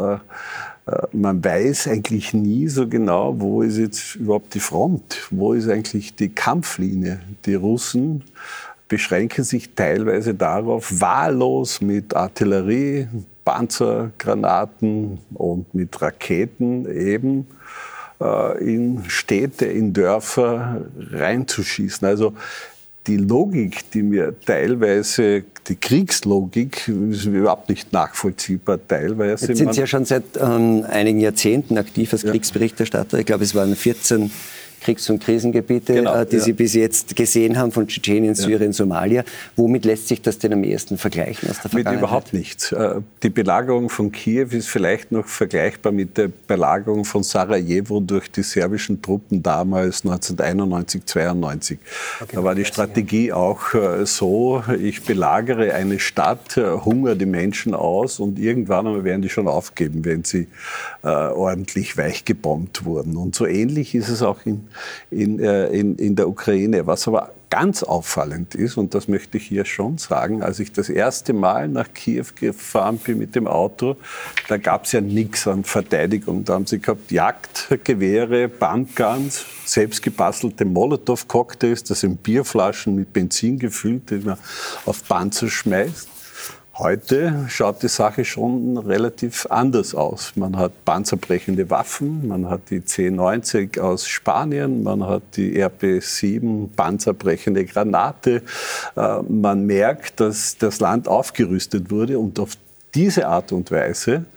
man weiß eigentlich nie so genau, wo ist jetzt überhaupt die Front, wo ist eigentlich die Kampflinie. Die Russen beschränken sich teilweise darauf, wahllos mit Artillerie, Panzergranaten und mit Raketen eben äh, in Städte, in Dörfer reinzuschießen. Also die Logik, die mir teilweise, die Kriegslogik, ist überhaupt nicht nachvollziehbar teilweise. Jetzt sind Sie ja schon seit ähm, einigen Jahrzehnten aktiv als ja. Kriegsberichterstatter. Ich glaube, es waren vierzehn Kriegs- und Krisengebiete, genau, äh, die ja. Sie bis jetzt gesehen haben, von Tschetschenien, Syrien, ja. Somalia. Womit lässt sich das denn am ehesten vergleichen aus der Vergangenheit? Mit überhaupt nichts. Die Belagerung von Kiew ist vielleicht noch vergleichbar mit der Belagerung von Sarajevo durch die serbischen Truppen damals neunzehnhunderteinundneunzig, zweiundneunzig. Okay, da war die Strategie auch so, ich belagere eine Stadt, hungere die Menschen aus und irgendwann einmal werden die schon aufgeben, wenn sie äh, ordentlich weich gebombt wurden. Und so ähnlich ist es auch in, in, äh, in, in der Ukraine. Was aber ganz auffallend ist, und das möchte ich hier schon sagen, als ich das erste Mal nach Kiew gefahren bin mit dem Auto, da gab es ja nichts an Verteidigung. Da haben sie gehabt Jagdgewehre, Pumpguns, selbstgebastelte Molotow-Cocktails, das sind Bierflaschen mit Benzin gefüllt, die man auf Panzer schmeißt. Heute schaut die Sache schon relativ anders aus. Man hat panzerbrechende Waffen, man hat die C neunzig aus Spanien, man hat die R P sieben panzerbrechende Granate. Man merkt, dass das Land aufgerüstet wurde und auf diese Art und Weise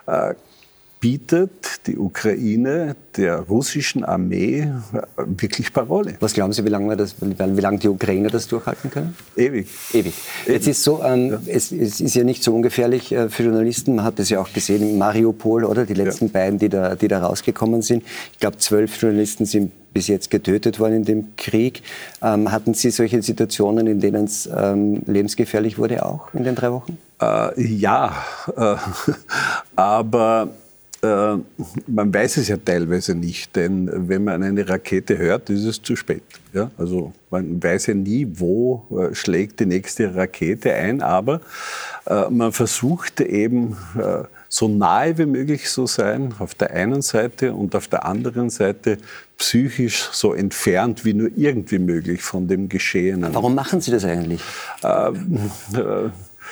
bietet die Ukraine der russischen Armee wirklich Parole. Was glauben Sie, wie lange, das, wie lange die Ukrainer das durchhalten können? Ewig. Ewig. Jetzt ist so, ähm, ja. es, es ist ja nicht so ungefährlich äh, für Journalisten. Man hat das ja auch gesehen in Mariupol, oder? Die letzten ja. beiden, die da, die da rausgekommen sind. Ich glaube, zwölf Journalisten sind bis jetzt getötet worden in dem Krieg. Ähm, hatten Sie solche Situationen, in denen es ähm, lebensgefährlich wurde, auch in den drei Wochen? Äh, ja, äh, aber Äh, man weiß es ja teilweise nicht, denn wenn man eine Rakete hört, ist es zu spät. Ja? Also man weiß ja nie, wo äh, schlägt die nächste Rakete ein, aber äh, man versucht eben äh, so nahe wie möglich zu sein auf der einen Seite und auf der anderen Seite psychisch so entfernt wie nur irgendwie möglich von dem Geschehenen. Warum machen Sie das eigentlich? Äh, äh,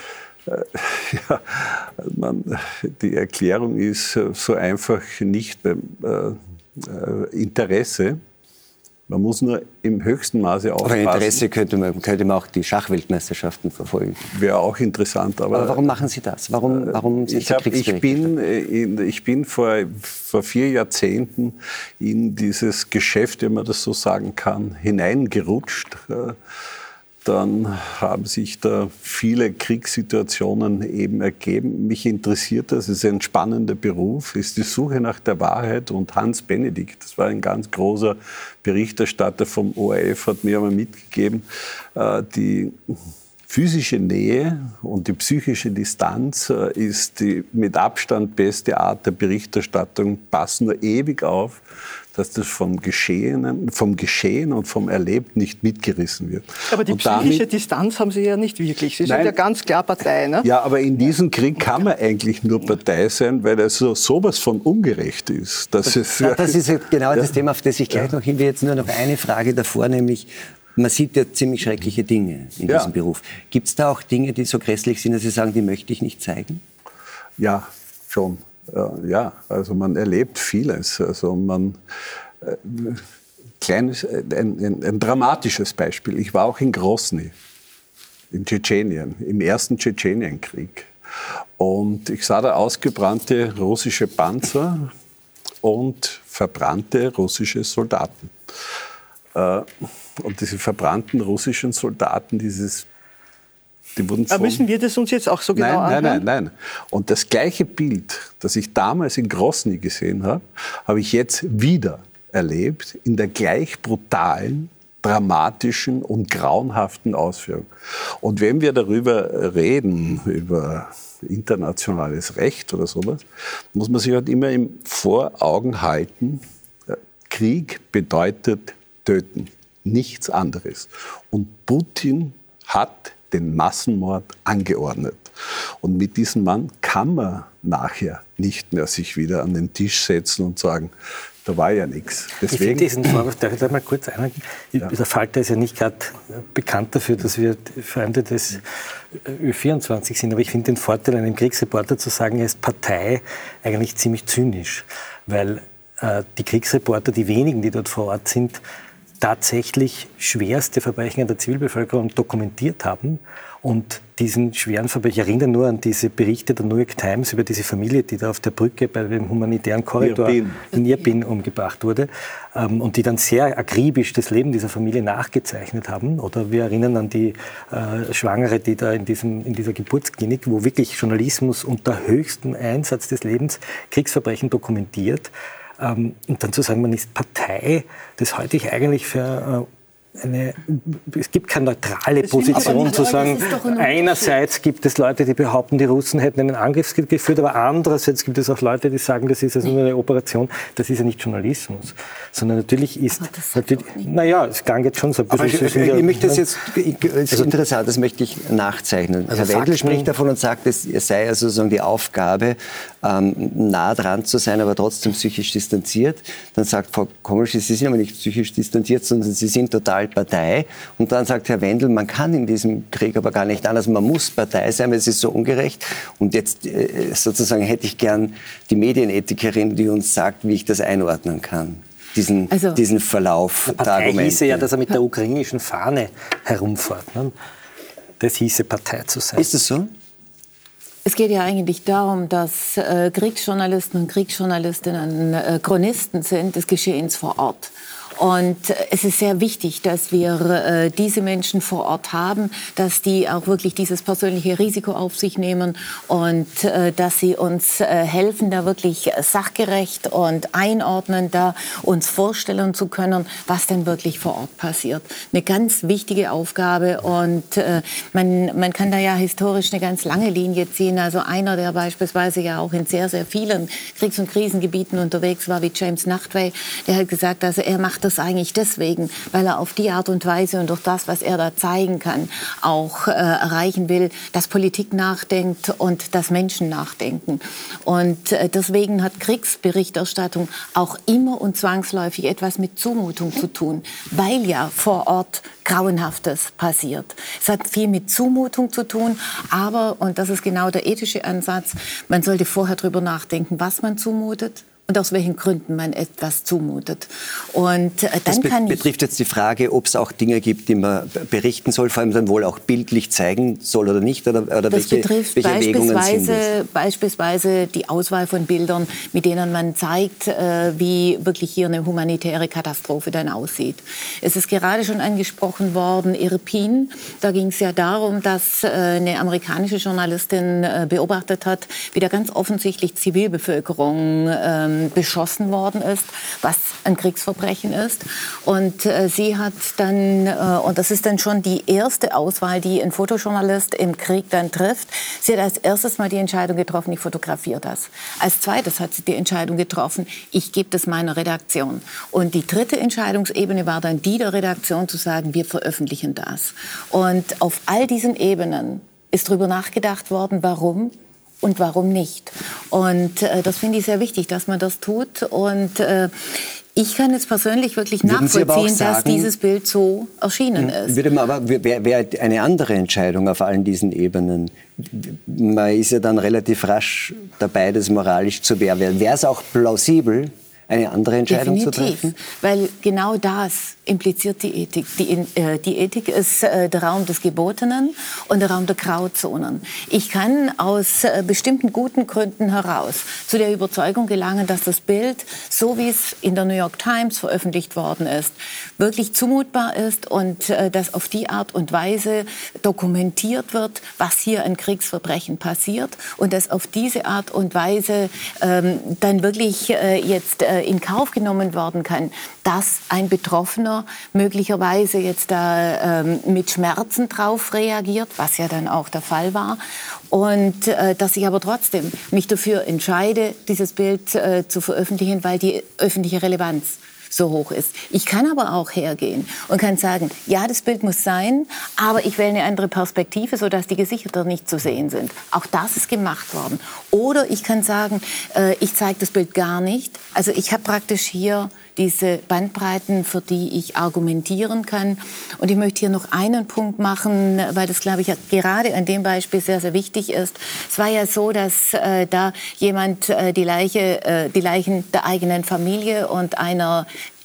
Ja, man, die Erklärung ist so einfach nicht beim äh, Interesse. Man muss nur im höchsten Maße aufpassen. Aber Interesse könnte man, könnte man auch die Schachweltmeisterschaften verfolgen. Wäre auch interessant. Aber, aber warum machen Sie das? Warum, warum sind ich, hab, ich bin, in, ich bin vor, vor vier Jahrzehnten in dieses Geschäft, wenn man das so sagen kann, hineingerutscht. Dann haben sich da viele Kriegssituationen eben ergeben. Mich interessiert das, es ist ein spannender Beruf, ist die Suche nach der Wahrheit. Und Hans Benedikt, das war ein ganz großer Berichterstatter vom O R F, hat mir einmal mitgegeben, die physische Nähe und die psychische Distanz ist die mit Abstand beste Art der Berichterstattung. Pass nur ewig auf, dass das vom Geschehen, vom Geschehen und vom Erlebten nicht mitgerissen wird. Aber die und psychische damit, Distanz haben Sie ja nicht wirklich. Sie nein, sind ja ganz klar Partei. Ne? Ja, aber in diesem Krieg kann man eigentlich nur Partei sein, weil er so sowas von ungerecht ist. Dass es, ja, das ist genau ja. das Thema, auf das ich gleich ja. noch hin will. Jetzt nur noch eine Frage davor, nämlich man sieht ja ziemlich schreckliche Dinge in ja. diesem Beruf. Gibt es da auch Dinge, die so grässlich sind, dass Sie sagen, die möchte ich nicht zeigen? Ja, schon. Ja, also man erlebt vieles. Also man, äh, kleines, ein, ein, ein dramatisches Beispiel. Ich war auch in Grosny, in Tschetschenien, im ersten Tschetschenienkrieg. Und ich sah da ausgebrannte russische Panzer und verbrannte russische Soldaten. Äh, und diese verbrannten russischen Soldaten, dieses Die wurden Aber müssen wir das uns jetzt auch so genau nein, anhören? Nein, nein, nein. Und das gleiche Bild, das ich damals in Grosny gesehen habe, habe ich jetzt wieder erlebt in der gleich brutalen, dramatischen und grauenhaften Ausführung. Und wenn wir darüber reden, über internationales Recht oder sowas, muss man sich halt immer im vor Augen halten, Krieg bedeutet töten, nichts anderes. Und Putin hat den Massenmord angeordnet. Und mit diesem Mann kann man nachher nicht mehr sich wieder an den Tisch setzen und sagen, da war ja nichts. Deswegen, ich finde diesen Vorwurf, darf ich da mal kurz einhaken? Ja. Der Falter ist ja nicht gerade bekannt dafür, dass wir Freunde des Ö vierundzwanzig sind, aber ich finde den Vorteil, einem Kriegsreporter zu sagen, er ist Partei, eigentlich ziemlich zynisch, weil äh, die Kriegsreporter, die wenigen, die dort vor Ort sind, tatsächlich schwerste Verbrechen an der Zivilbevölkerung dokumentiert haben. Und diesen schweren Verbrechen, ich erinnere nur an diese Berichte der New York Times über diese Familie, die da auf der Brücke bei dem humanitären Korridor Irpin. in Irpin umgebracht wurde ähm, und die dann sehr akribisch das Leben dieser Familie nachgezeichnet haben. Oder wir erinnern an die äh, Schwangere, die da in, diesem, in dieser Geburtsklinik, wo wirklich Journalismus unter höchstem Einsatz des Lebens Kriegsverbrechen dokumentiert. Ähm, und dann zu sagen, man ist Partei, das halte ich eigentlich für... Äh, Eine, es gibt keine neutrale Position zu sagen, einerseits gibt es Leute, die behaupten, die Russen hätten einen Angriffskrieg geführt, aber andererseits gibt es auch Leute, die sagen, das ist also nur eine Operation. Das ist ja nicht Journalismus, sondern natürlich ist, natürlich, naja, es klang jetzt schon so ein bisschen. Aber ich, ich, ich möchte das jetzt, das ist interessant, das möchte ich nachzeichnen. Also Herr Wendel spricht davon und sagt, es sei also sozusagen die Aufgabe, ähm, nah dran zu sein, aber trotzdem psychisch distanziert. Dann sagt Frau Komelsch, Sie sind aber nicht psychisch distanziert, sondern Sie sind total Partei. Und dann sagt Herr Wendel, man kann in diesem Krieg aber gar nicht anders, man muss Partei sein, weil es ist so ungerecht. Und jetzt äh, sozusagen hätte ich gern die Medienethikerin, die uns sagt, wie ich das einordnen kann, diesen, also, diesen Verlauf der Argumente. Hieße ja, dass er mit der ukrainischen Fahne herumfährt. Ne? Das hieße Partei zu sein. Ist es so? Es geht ja eigentlich darum, dass äh, Kriegsjournalisten und Kriegsjournalistinnen äh, Chronisten sind des Geschehens vor Ort. Und es ist sehr wichtig, dass wir äh, diese Menschen vor Ort haben, dass die auch wirklich dieses persönliche Risiko auf sich nehmen und äh, dass sie uns äh, helfen, da wirklich sachgerecht und einordnen, da uns vorstellen zu können, was denn wirklich vor Ort passiert. Eine ganz wichtige Aufgabe und äh, man, man kann da ja historisch eine ganz lange Linie ziehen. Also einer, der beispielsweise ja auch in sehr, sehr vielen Kriegs- und Krisengebieten unterwegs war, wie James Nachtwey, der hat gesagt, also er macht das eigentlich deswegen, weil er auf die Art und Weise und durch das, was er da zeigen kann, auch äh, erreichen will, dass Politik nachdenkt und dass Menschen nachdenken. Und äh, deswegen hat Kriegsberichterstattung auch immer und zwangsläufig etwas mit Zumutung zu tun, weil ja vor Ort Grauenhaftes passiert. Es hat viel mit Zumutung zu tun, aber, und das ist genau der ethische Ansatz, man sollte vorher darüber nachdenken, was man zumutet und aus welchen Gründen man etwas zumutet. Und äh, dann das be- kann ich betrifft jetzt die Frage, ob es auch Dinge gibt, die man berichten soll, vor allem dann wohl auch bildlich zeigen soll oder nicht, oder, oder das welche, betrifft welche Erwägungen sind das? Beispielsweise die Auswahl von Bildern, mit denen man zeigt, äh, wie wirklich hier eine humanitäre Katastrophe dann aussieht. Es ist gerade schon angesprochen worden, Irpin. Da ging es ja darum, dass äh, eine amerikanische Journalistin äh, beobachtet hat, wie da ganz offensichtlich Zivilbevölkerung äh, beschossen worden ist, was ein Kriegsverbrechen ist. Und äh, sie hat dann, äh, und das ist dann schon die erste Auswahl, die ein Fotojournalist im Krieg dann trifft, sie hat als erstes mal die Entscheidung getroffen, ich fotografiere das. Als zweites hat sie die Entscheidung getroffen, ich gebe das meiner Redaktion. Und die dritte Entscheidungsebene war dann die der Redaktion zu sagen, wir veröffentlichen das. Und auf all diesen Ebenen ist darüber nachgedacht worden, warum und warum nicht. Und äh, das finde ich sehr wichtig, dass man das tut. Und äh, ich kann jetzt persönlich wirklich nachvollziehen, sagen, dass dieses Bild so erschienen ist. Würde man aber, wäre wär eine andere Entscheidung auf allen diesen Ebenen. Man ist ja dann relativ rasch dabei, das moralisch zu wehren. Wäre es auch plausibel, eine andere Entscheidung Definitiv, zu treffen? Weil genau das impliziert die Ethik. Die, äh, die Ethik ist äh, der Raum des Gebotenen und der Raum der Grauzonen. Ich kann aus äh, bestimmten guten Gründen heraus zu der Überzeugung gelangen, dass das Bild, so wie es in der New York Times veröffentlicht worden ist, wirklich zumutbar ist und äh, dass auf die Art und Weise dokumentiert wird, was hier an Kriegsverbrechen passiert und dass auf diese Art und Weise ähm, dann wirklich äh, jetzt äh, in Kauf genommen werden kann, dass ein Betroffener möglicherweise jetzt da ähm, mit Schmerzen drauf reagiert, was ja dann auch der Fall war. Und äh, dass ich aber trotzdem mich dafür entscheide, dieses Bild äh, zu veröffentlichen, weil die öffentliche Relevanz so hoch ist. Ich kann aber auch hergehen und kann sagen, ja, das Bild muss sein, aber ich wähle eine andere Perspektive, sodass die Gesichter nicht zu sehen sind. Auch das ist gemacht worden. Oder ich kann sagen, äh, ich zeige das Bild gar nicht. Also ich habe praktisch hier diese Bandbreiten, für die ich argumentieren kann. Und ich möchte hier noch einen Punkt machen, weil das, glaube ich, gerade an dem Beispiel sehr, sehr wichtig ist. Es war ja so, dass äh, da jemand äh, die, Leiche, äh, die Leichen der eigenen Familie und einer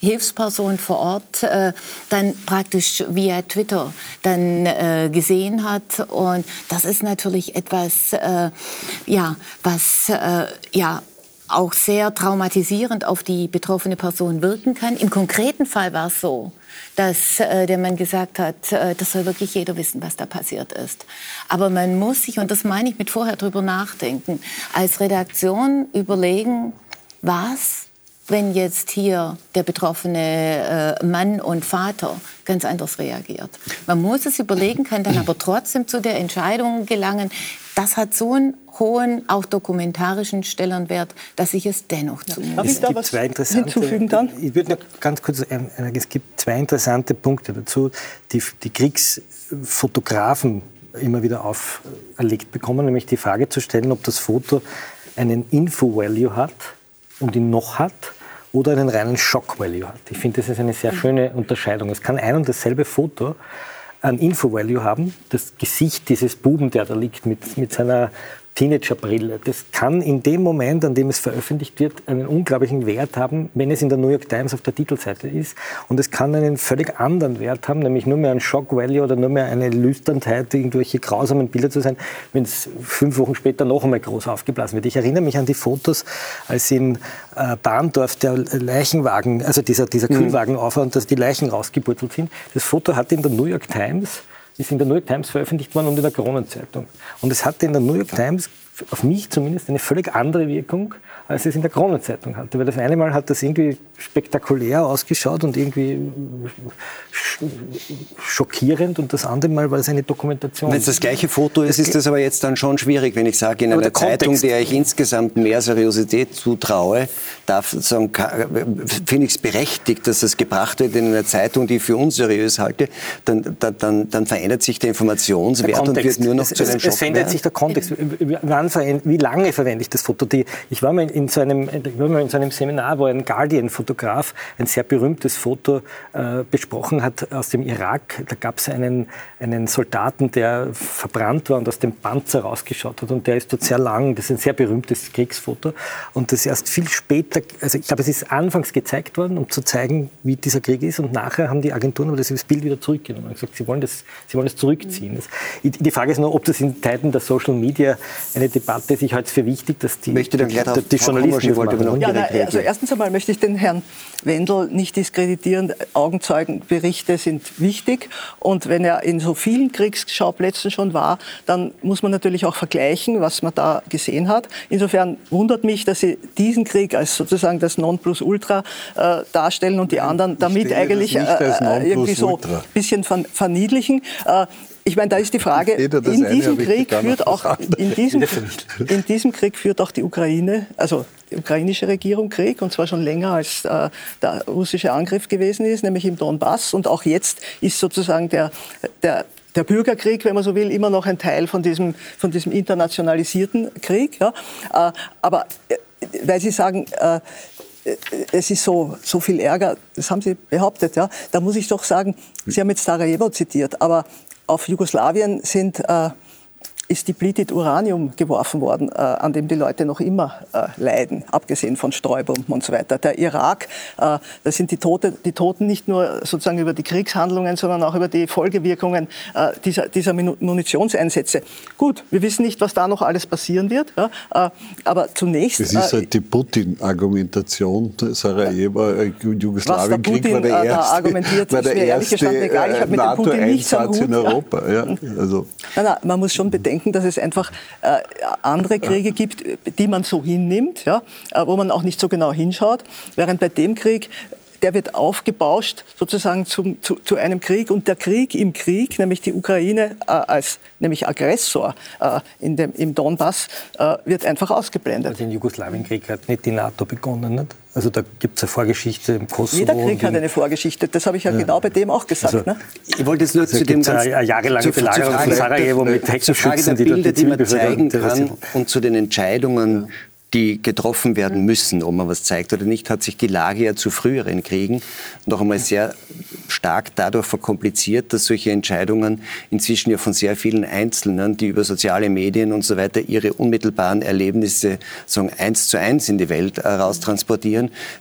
Hilfsperson vor Ort äh, dann praktisch via Twitter dann äh, gesehen hat. Und das ist natürlich etwas, äh, ja, was äh, ja auch sehr traumatisierend auf die betroffene Person wirken kann. Im konkreten Fall war es so, dass äh, der Mann gesagt hat, äh, das soll wirklich jeder wissen, was da passiert ist. Aber man muss sich, und das meine ich mit vorher drüber nachdenken, als Redaktion überlegen, was, wenn jetzt hier der betroffene äh, Mann und Vater ganz anders reagiert. Man muss es überlegen, kann dann aber trotzdem zu der Entscheidung gelangen, das hat so einen hohen, auch dokumentarischen Stellenwert, dass ich es dennoch zumute. Darf ich da was hinzufügen dann? Ich würde noch ganz kurz sagen, es gibt zwei interessante Punkte dazu, die die Kriegsfotografen immer wieder auferlegt bekommen, nämlich die Frage zu stellen, ob das Foto einen Info-Value hat und ihn noch hat oder einen reinen Shock-Value hat. Ich finde, das ist eine sehr schöne Unterscheidung. Es kann ein und dasselbe Foto ein Info-Value haben, das Gesicht dieses Buben, der da liegt mit, mit seiner Teenagerbrille. Das kann in dem Moment, an dem es veröffentlicht wird, einen unglaublichen Wert haben, wenn es in der New York Times auf der Titelseite ist. Und es kann einen völlig anderen Wert haben, nämlich nur mehr ein Shock-Value oder nur mehr eine Lüsterndheit, irgendwelche grausamen Bilder zu sein, wenn es fünf Wochen später noch einmal groß aufgeblasen wird. Ich erinnere mich an die Fotos, als in äh, Bahndorf der Leichenwagen, also dieser, dieser Kühlwagen mhm. aufhört und dass die Leichen rausgeburzelt sind. Das Foto hatte in der New York Times ist in der New York Times veröffentlicht worden und in der Kronenzeitung. Und es hatte in der New York Times, auf mich zumindest, eine völlig andere Wirkung, als es in der Kronenzeitung hatte. Weil das eine Mal hat das irgendwie spektakulär ausgeschaut und irgendwie schockierend und das andere Mal war es eine Dokumentation. Wenn es das gleiche Foto ist, ist das aber jetzt dann schon schwierig, wenn ich sage, in einer Zeitung, der ich insgesamt mehr Seriosität zutraue, finde ich es berechtigt, dass es gebracht wird in einer Zeitung, die ich für unseriös halte, dann, dann, dann verändert sich der Informationswert und wird nur noch es, zu einem es, Schock. Es verändert sich der Kontext. Wie lange verwende ich das Foto? Die, ich war mal in so einem, ich war mal in so einem Seminar, wo ein Guardian-Fotograf ein sehr berühmtes Foto äh, besprochen hat aus dem Irak. Da gab es einen, einen Soldaten, der verbrannt war und aus dem Panzer rausgeschaut hat. Und der ist dort sehr lang. Das ist ein sehr berühmtes Kriegsfoto. Und das erst viel später, also ich glaube, es ist anfangs gezeigt worden, um zu zeigen, wie dieser Krieg ist. Und nachher haben die Agenturen aber das Bild wieder zurückgenommen und gesagt, sie wollen das, sie wollen das zurückziehen. Das, die Frage ist nur, ob das in Zeiten der Social Media eine Debatte ist. Ich halte es für wichtig, dass die, möchte dann gleich die, die Journalisten das wollte machen. Ja, na, also erstens einmal möchte ich den Herrn Wendel nicht diskreditieren. Augenzeugenberichte sind wichtig. Und wenn er in so vielen Kriegsschauplätzen schon war, dann muss man natürlich auch vergleichen, was man da gesehen hat. Insofern wundert mich, dass Sie diesen Krieg als sozusagen das Nonplusultra äh, darstellen und die anderen damit eigentlich äh, irgendwie so ein bisschen verniedlichen. Äh, Ich meine, da ist die Frage, in diesem Krieg führt auch, in diesem, in diesem Krieg führt auch die Ukraine, also die ukrainische Regierung Krieg, und zwar schon länger als äh, der russische Angriff gewesen ist, nämlich im Donbass. Und auch jetzt ist sozusagen der, der, der Bürgerkrieg, wenn man so will, immer noch ein Teil von diesem, von diesem internationalisierten Krieg. Ja. Äh, aber äh, weil Sie sagen, äh, es ist so, so viel Ärger, das haben Sie behauptet, ja, da muss ich doch sagen, Sie haben jetzt Sarajevo zitiert, aber auf Jugoslawien sind, äh, ist depleted Uranium geworfen worden, äh, an dem die Leute noch immer äh, leiden, abgesehen von Streubomben und so weiter. Der Irak, äh, da sind die, Tote, die Toten nicht nur sozusagen über die Kriegshandlungen, sondern auch über die Folgewirkungen äh, dieser, dieser Munitionseinsätze. Gut, wir wissen nicht, was da noch alles passieren wird, ja, äh, aber zunächst... Das ist halt die Putin-Argumentation, Sarajevo, äh, Jugoslawienkrieg war der erste, da argumentiert, war der ist mir ehrlich gestanden egal. Ich habe mit dem Putin nichts am Hut. in Europa. Ja. Ja, also. Nein, nein, man muss schon bedenken, dass es einfach äh, andere Kriege gibt, die man so hinnimmt, ja, äh, wo man auch nicht so genau hinschaut, während bei dem Krieg, der wird aufgebauscht sozusagen zum, zu, zu einem Krieg, und der Krieg im Krieg, nämlich die Ukraine äh, als nämlich Aggressor äh, in dem, im Donbass, äh, wird einfach ausgeblendet. Also den Jugoslawienkrieg hat nicht die NATO begonnen, nicht? Also da gibt es eine Vorgeschichte im Kosovo. Jeder Krieg hat eine Vorgeschichte, das habe ich ja, ja genau bei dem auch gesagt. Also, ne? Ich wollte jetzt nur also zu dem ganzen... Eine jahrelange Belagerung von Sarajevo mit Hexenschützen, die Bilder, die man zeigen kann, und zu den Entscheidungen, die getroffen werden müssen, ob man was zeigt oder nicht, hat sich die Lage ja zu früheren Kriegen noch einmal sehr stark dadurch verkompliziert, dass solche Entscheidungen inzwischen ja von sehr vielen Einzelnen, die über soziale Medien und so weiter ihre unmittelbaren Erlebnisse sagen, eins zu eins in die Welt äh, raustransportieren,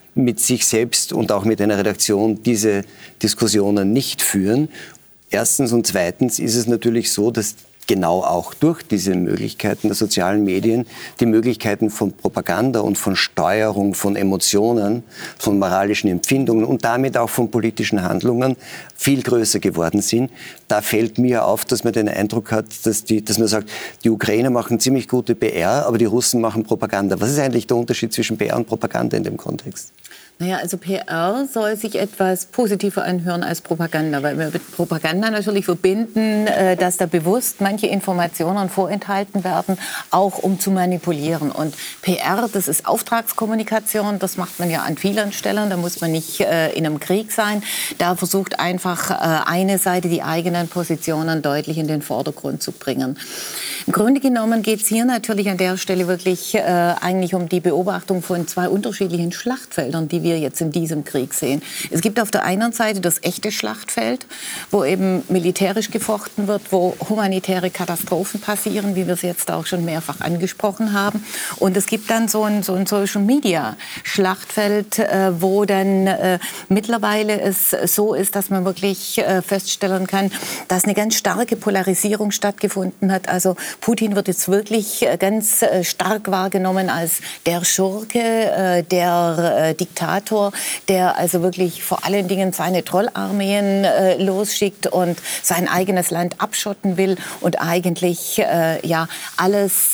mit sich selbst und auch mit einer Redaktion diese Diskussionen nicht führen. Erstens und zweitens ist es natürlich so, dass genau auch durch diese Möglichkeiten der sozialen Medien die Möglichkeiten von Propaganda und von Steuerung von Emotionen, von moralischen Empfindungen und damit auch von politischen Handlungen viel größer geworden sind. Da fällt mir auf, dass man den Eindruck hat, dass, die, dass man sagt, die Ukrainer machen ziemlich gute P R, aber die Russen machen Propaganda. Was ist eigentlich der Unterschied zwischen P R und Propaganda in dem Kontext? Naja, also P R soll sich etwas positiver anhören als Propaganda, weil wir mit Propaganda natürlich verbinden, dass da bewusst manche Informationen vorenthalten werden, auch um zu manipulieren. Und P R, das ist Auftragskommunikation, das macht man ja an vielen Stellen, da muss man nicht in einem Krieg sein. Da versucht einfach eine Seite die eigenen Positionen deutlich in den Vordergrund zu bringen. Im Grunde genommen geht es hier natürlich an der Stelle wirklich äh, eigentlich um die Beobachtung von zwei unterschiedlichen Schlachtfeldern, die wir jetzt in diesem Krieg sehen. Es gibt auf der einen Seite das echte Schlachtfeld, wo eben militärisch gefochten wird, wo humanitäre Katastrophen passieren, wie wir es jetzt auch schon mehrfach angesprochen haben. Und es gibt dann so ein, so ein Social-Media-Schlachtfeld, äh, wo dann äh, mittlerweile es so ist, dass man wirklich äh, feststellen kann, dass eine ganz starke Polarisierung stattgefunden hat. Also Putin wird jetzt wirklich ganz stark wahrgenommen als der Schurke, der Diktator, der also wirklich vor allen Dingen seine Trollarmeen losschickt und sein eigenes Land abschotten will und eigentlich ja alles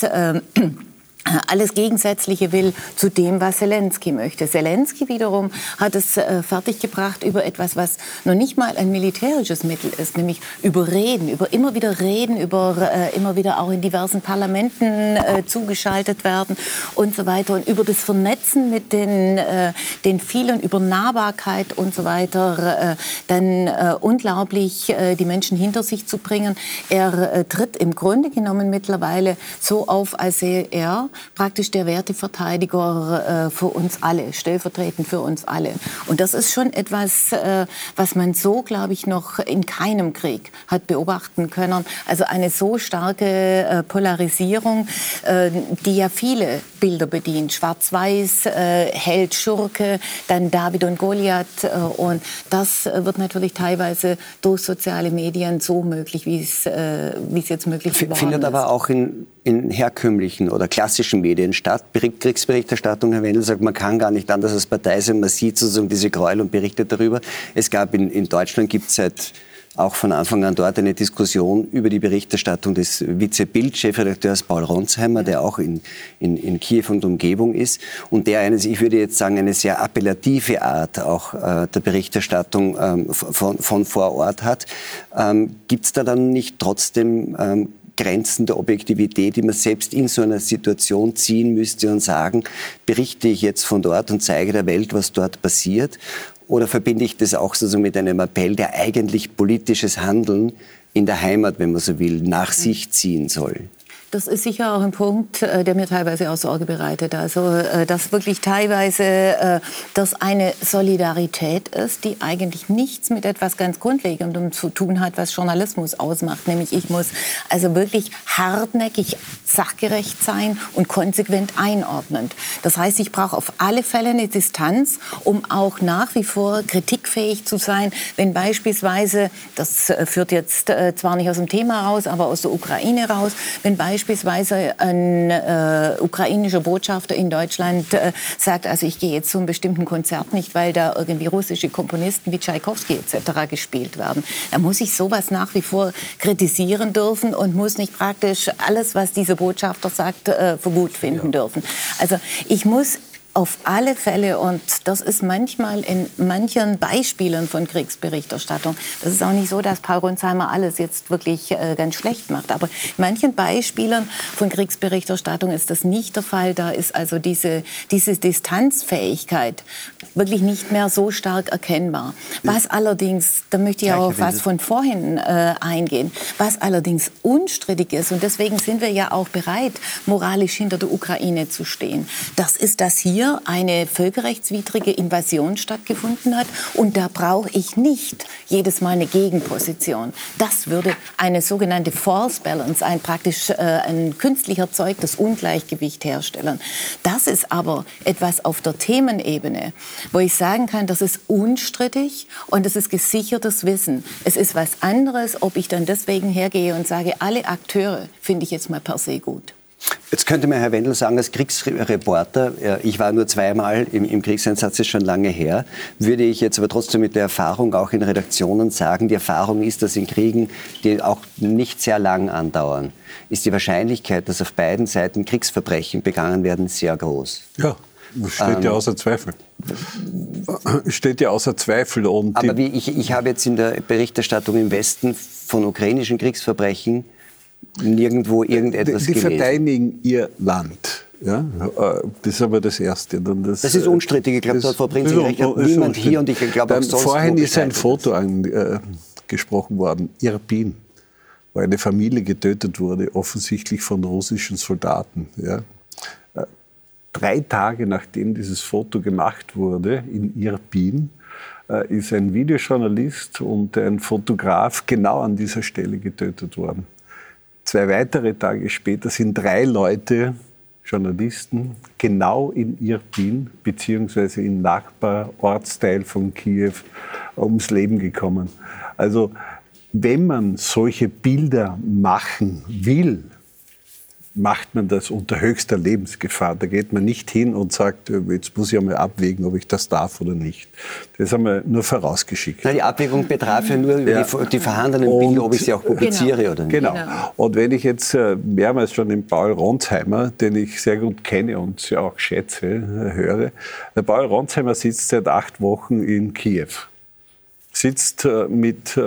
alles Gegensätzliche will zu dem, was Zelensky möchte. Zelensky wiederum hat es äh, fertiggebracht über etwas, was noch nicht mal ein militärisches Mittel ist, nämlich über Reden, über immer wieder Reden, über äh, immer wieder auch in diversen Parlamenten äh, zugeschaltet werden und so weiter und über das Vernetzen mit den, äh, den vielen, über Nahbarkeit und so weiter, äh, dann äh, unglaublich äh, die Menschen hinter sich zu bringen. Er äh, tritt im Grunde genommen mittlerweile so auf, als sähe er praktisch der Werteverteidiger äh, für uns alle, stellvertretend für uns alle. Und das ist schon etwas, äh, was man so, glaube ich, noch in keinem Krieg hat beobachten können. Also eine so starke äh, Polarisierung, äh, die ja viele Bilder bedient. Schwarz-Weiß, äh, Held, Schurke, dann David und Goliath. Äh, und das äh, wird natürlich teilweise durch soziale Medien so möglich, wie es, äh, wie es jetzt möglich geworden ist. Findet aber auch in, in herkömmlichen oder klassischen Medien statt. Kriegsberichterstattung, Herr Wendel sagt, man kann gar nicht anders als Partei sein, man sieht sozusagen diese Gräuel und berichtet darüber. Es gab in, in Deutschland, gibt es seit auch von Anfang an dort eine Diskussion über die Berichterstattung des Vize-Bild-Chefredakteurs Paul Ronsheimer, der auch in, in, in Kiew und Umgebung ist und der, eine, ich würde jetzt sagen, eine sehr appellative Art auch äh, der Berichterstattung ähm, von, von vor Ort hat. Ähm, gibt es da dann nicht trotzdem ähm, Grenzen der Objektivität, die man selbst in so einer Situation ziehen müsste und sagen, berichte ich jetzt von dort und zeige der Welt, was dort passiert? Oder verbinde ich das auch so mit einem Appell, der eigentlich politisches Handeln in der Heimat, wenn man so will, nach sich ziehen soll? Das ist sicher auch ein Punkt, der mir teilweise auch Sorge bereitet. Also, dass wirklich teilweise das eine Solidarität ist, die eigentlich nichts mit etwas ganz Grundlegendem zu tun hat, was Journalismus ausmacht. Nämlich ich muss also wirklich hartnäckig sachgerecht sein und konsequent einordnend. Das heißt, ich brauche auf alle Fälle eine Distanz, um auch nach wie vor kritikfähig zu sein, wenn beispielsweise, das führt jetzt zwar nicht aus dem Thema raus, aber aus der Ukraine raus, wenn beispielsweise Beispielsweise ein äh, ukrainischer Botschafter in Deutschland äh, sagt, also ich gehe jetzt zu einem bestimmten Konzert nicht, weil da irgendwie russische Komponisten wie Tschaikowski et cetera gespielt werden. Da muss ich sowas nach wie vor kritisieren dürfen und muss nicht praktisch alles, was dieser Botschafter sagt, äh, für gut finden ja. dürfen. Also ich muss auf alle Fälle, und das ist manchmal in manchen Beispielen von Kriegsberichterstattung, das ist auch nicht so, dass Paul Ronsheimer alles jetzt wirklich äh, ganz schlecht macht, aber in manchen Beispielen von Kriegsberichterstattung ist das nicht der Fall. Da ist also diese, diese Distanzfähigkeit wirklich nicht mehr so stark erkennbar. Was allerdings, da möchte ich auch auf was von vorhin äh, eingehen, was allerdings unstrittig ist, und deswegen sind wir ja auch bereit, moralisch hinter der Ukraine zu stehen, das ist, dass hier hier eine völkerrechtswidrige Invasion stattgefunden hat. Und da brauche ich nicht jedes Mal eine Gegenposition. Das würde eine sogenannte False Balance, ein praktisch äh, ein künstlich erzeugtes Ungleichgewicht herstellen. Das ist aber etwas auf der Themenebene, wo ich sagen kann, das ist unstrittig und es ist gesichertes Wissen. Es ist was anderes, ob ich dann deswegen hergehe und sage, alle Akteure finde ich jetzt mal per se gut. Jetzt könnte mir Herr Wendel sagen, als Kriegsreporter, ich war nur zweimal im, im Kriegseinsatz, ist schon lange her, würde ich jetzt aber trotzdem mit der Erfahrung auch in Redaktionen sagen, die Erfahrung ist, dass in Kriegen, die auch nicht sehr lang andauern, ist die Wahrscheinlichkeit, dass auf beiden Seiten Kriegsverbrechen begangen werden, sehr groß. Ja. Steht ja außer Zweifel. Steht ja außer Zweifel. Und aber wie ich, ich habe jetzt in der Berichterstattung im Westen von ukrainischen Kriegsverbrechen nirgendwo irgendetwas die, die gelesen. Die verteidigen ihr Land. Ja? Das ist aber das Erste. Dann das, das ist unstrittig. Ich glaube, dort Frau Prinzip recht hat niemand hier und ich glaube auch sonst. Vorhin ist ein Foto angesprochen worden. Irpin, wo eine Familie getötet wurde, offensichtlich von russischen Soldaten. Ja? Drei Tage nachdem dieses Foto gemacht wurde in Irpin, ist ein Videojournalist und ein Fotograf genau an dieser Stelle getötet worden. Zwei weitere Tage später sind drei Leute, Journalisten, genau in Irpin beziehungsweise im Nachbarortsteil von Kiew ums Leben gekommen. Also wenn man solche Bilder machen will, macht man das unter höchster Lebensgefahr. Da geht man nicht hin und sagt, jetzt muss ich einmal abwägen, ob ich das darf oder nicht. Das haben wir nur vorausgeschickt. Na, die Abwägung betraf ja nur ja. die, die vorhandenen und, Bilder, ob ich sie auch publiziere genau. oder nicht. Genau. Und wenn ich jetzt mehrmals schon den Paul Ronsheimer, den ich sehr gut kenne und sehr auch schätze, höre, der Paul Ronsheimer sitzt seit acht Wochen in Kiew. Sitzt mit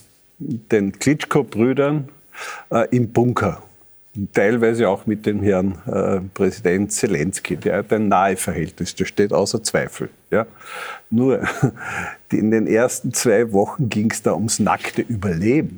den Klitschko-Brüdern im Bunker. Teilweise auch mit dem Herrn äh, Präsident Zelensky, der hat ein nahe Verhältnis, das steht außer Zweifel. Ja? Nur in den ersten zwei Wochen ging es da ums nackte Überleben.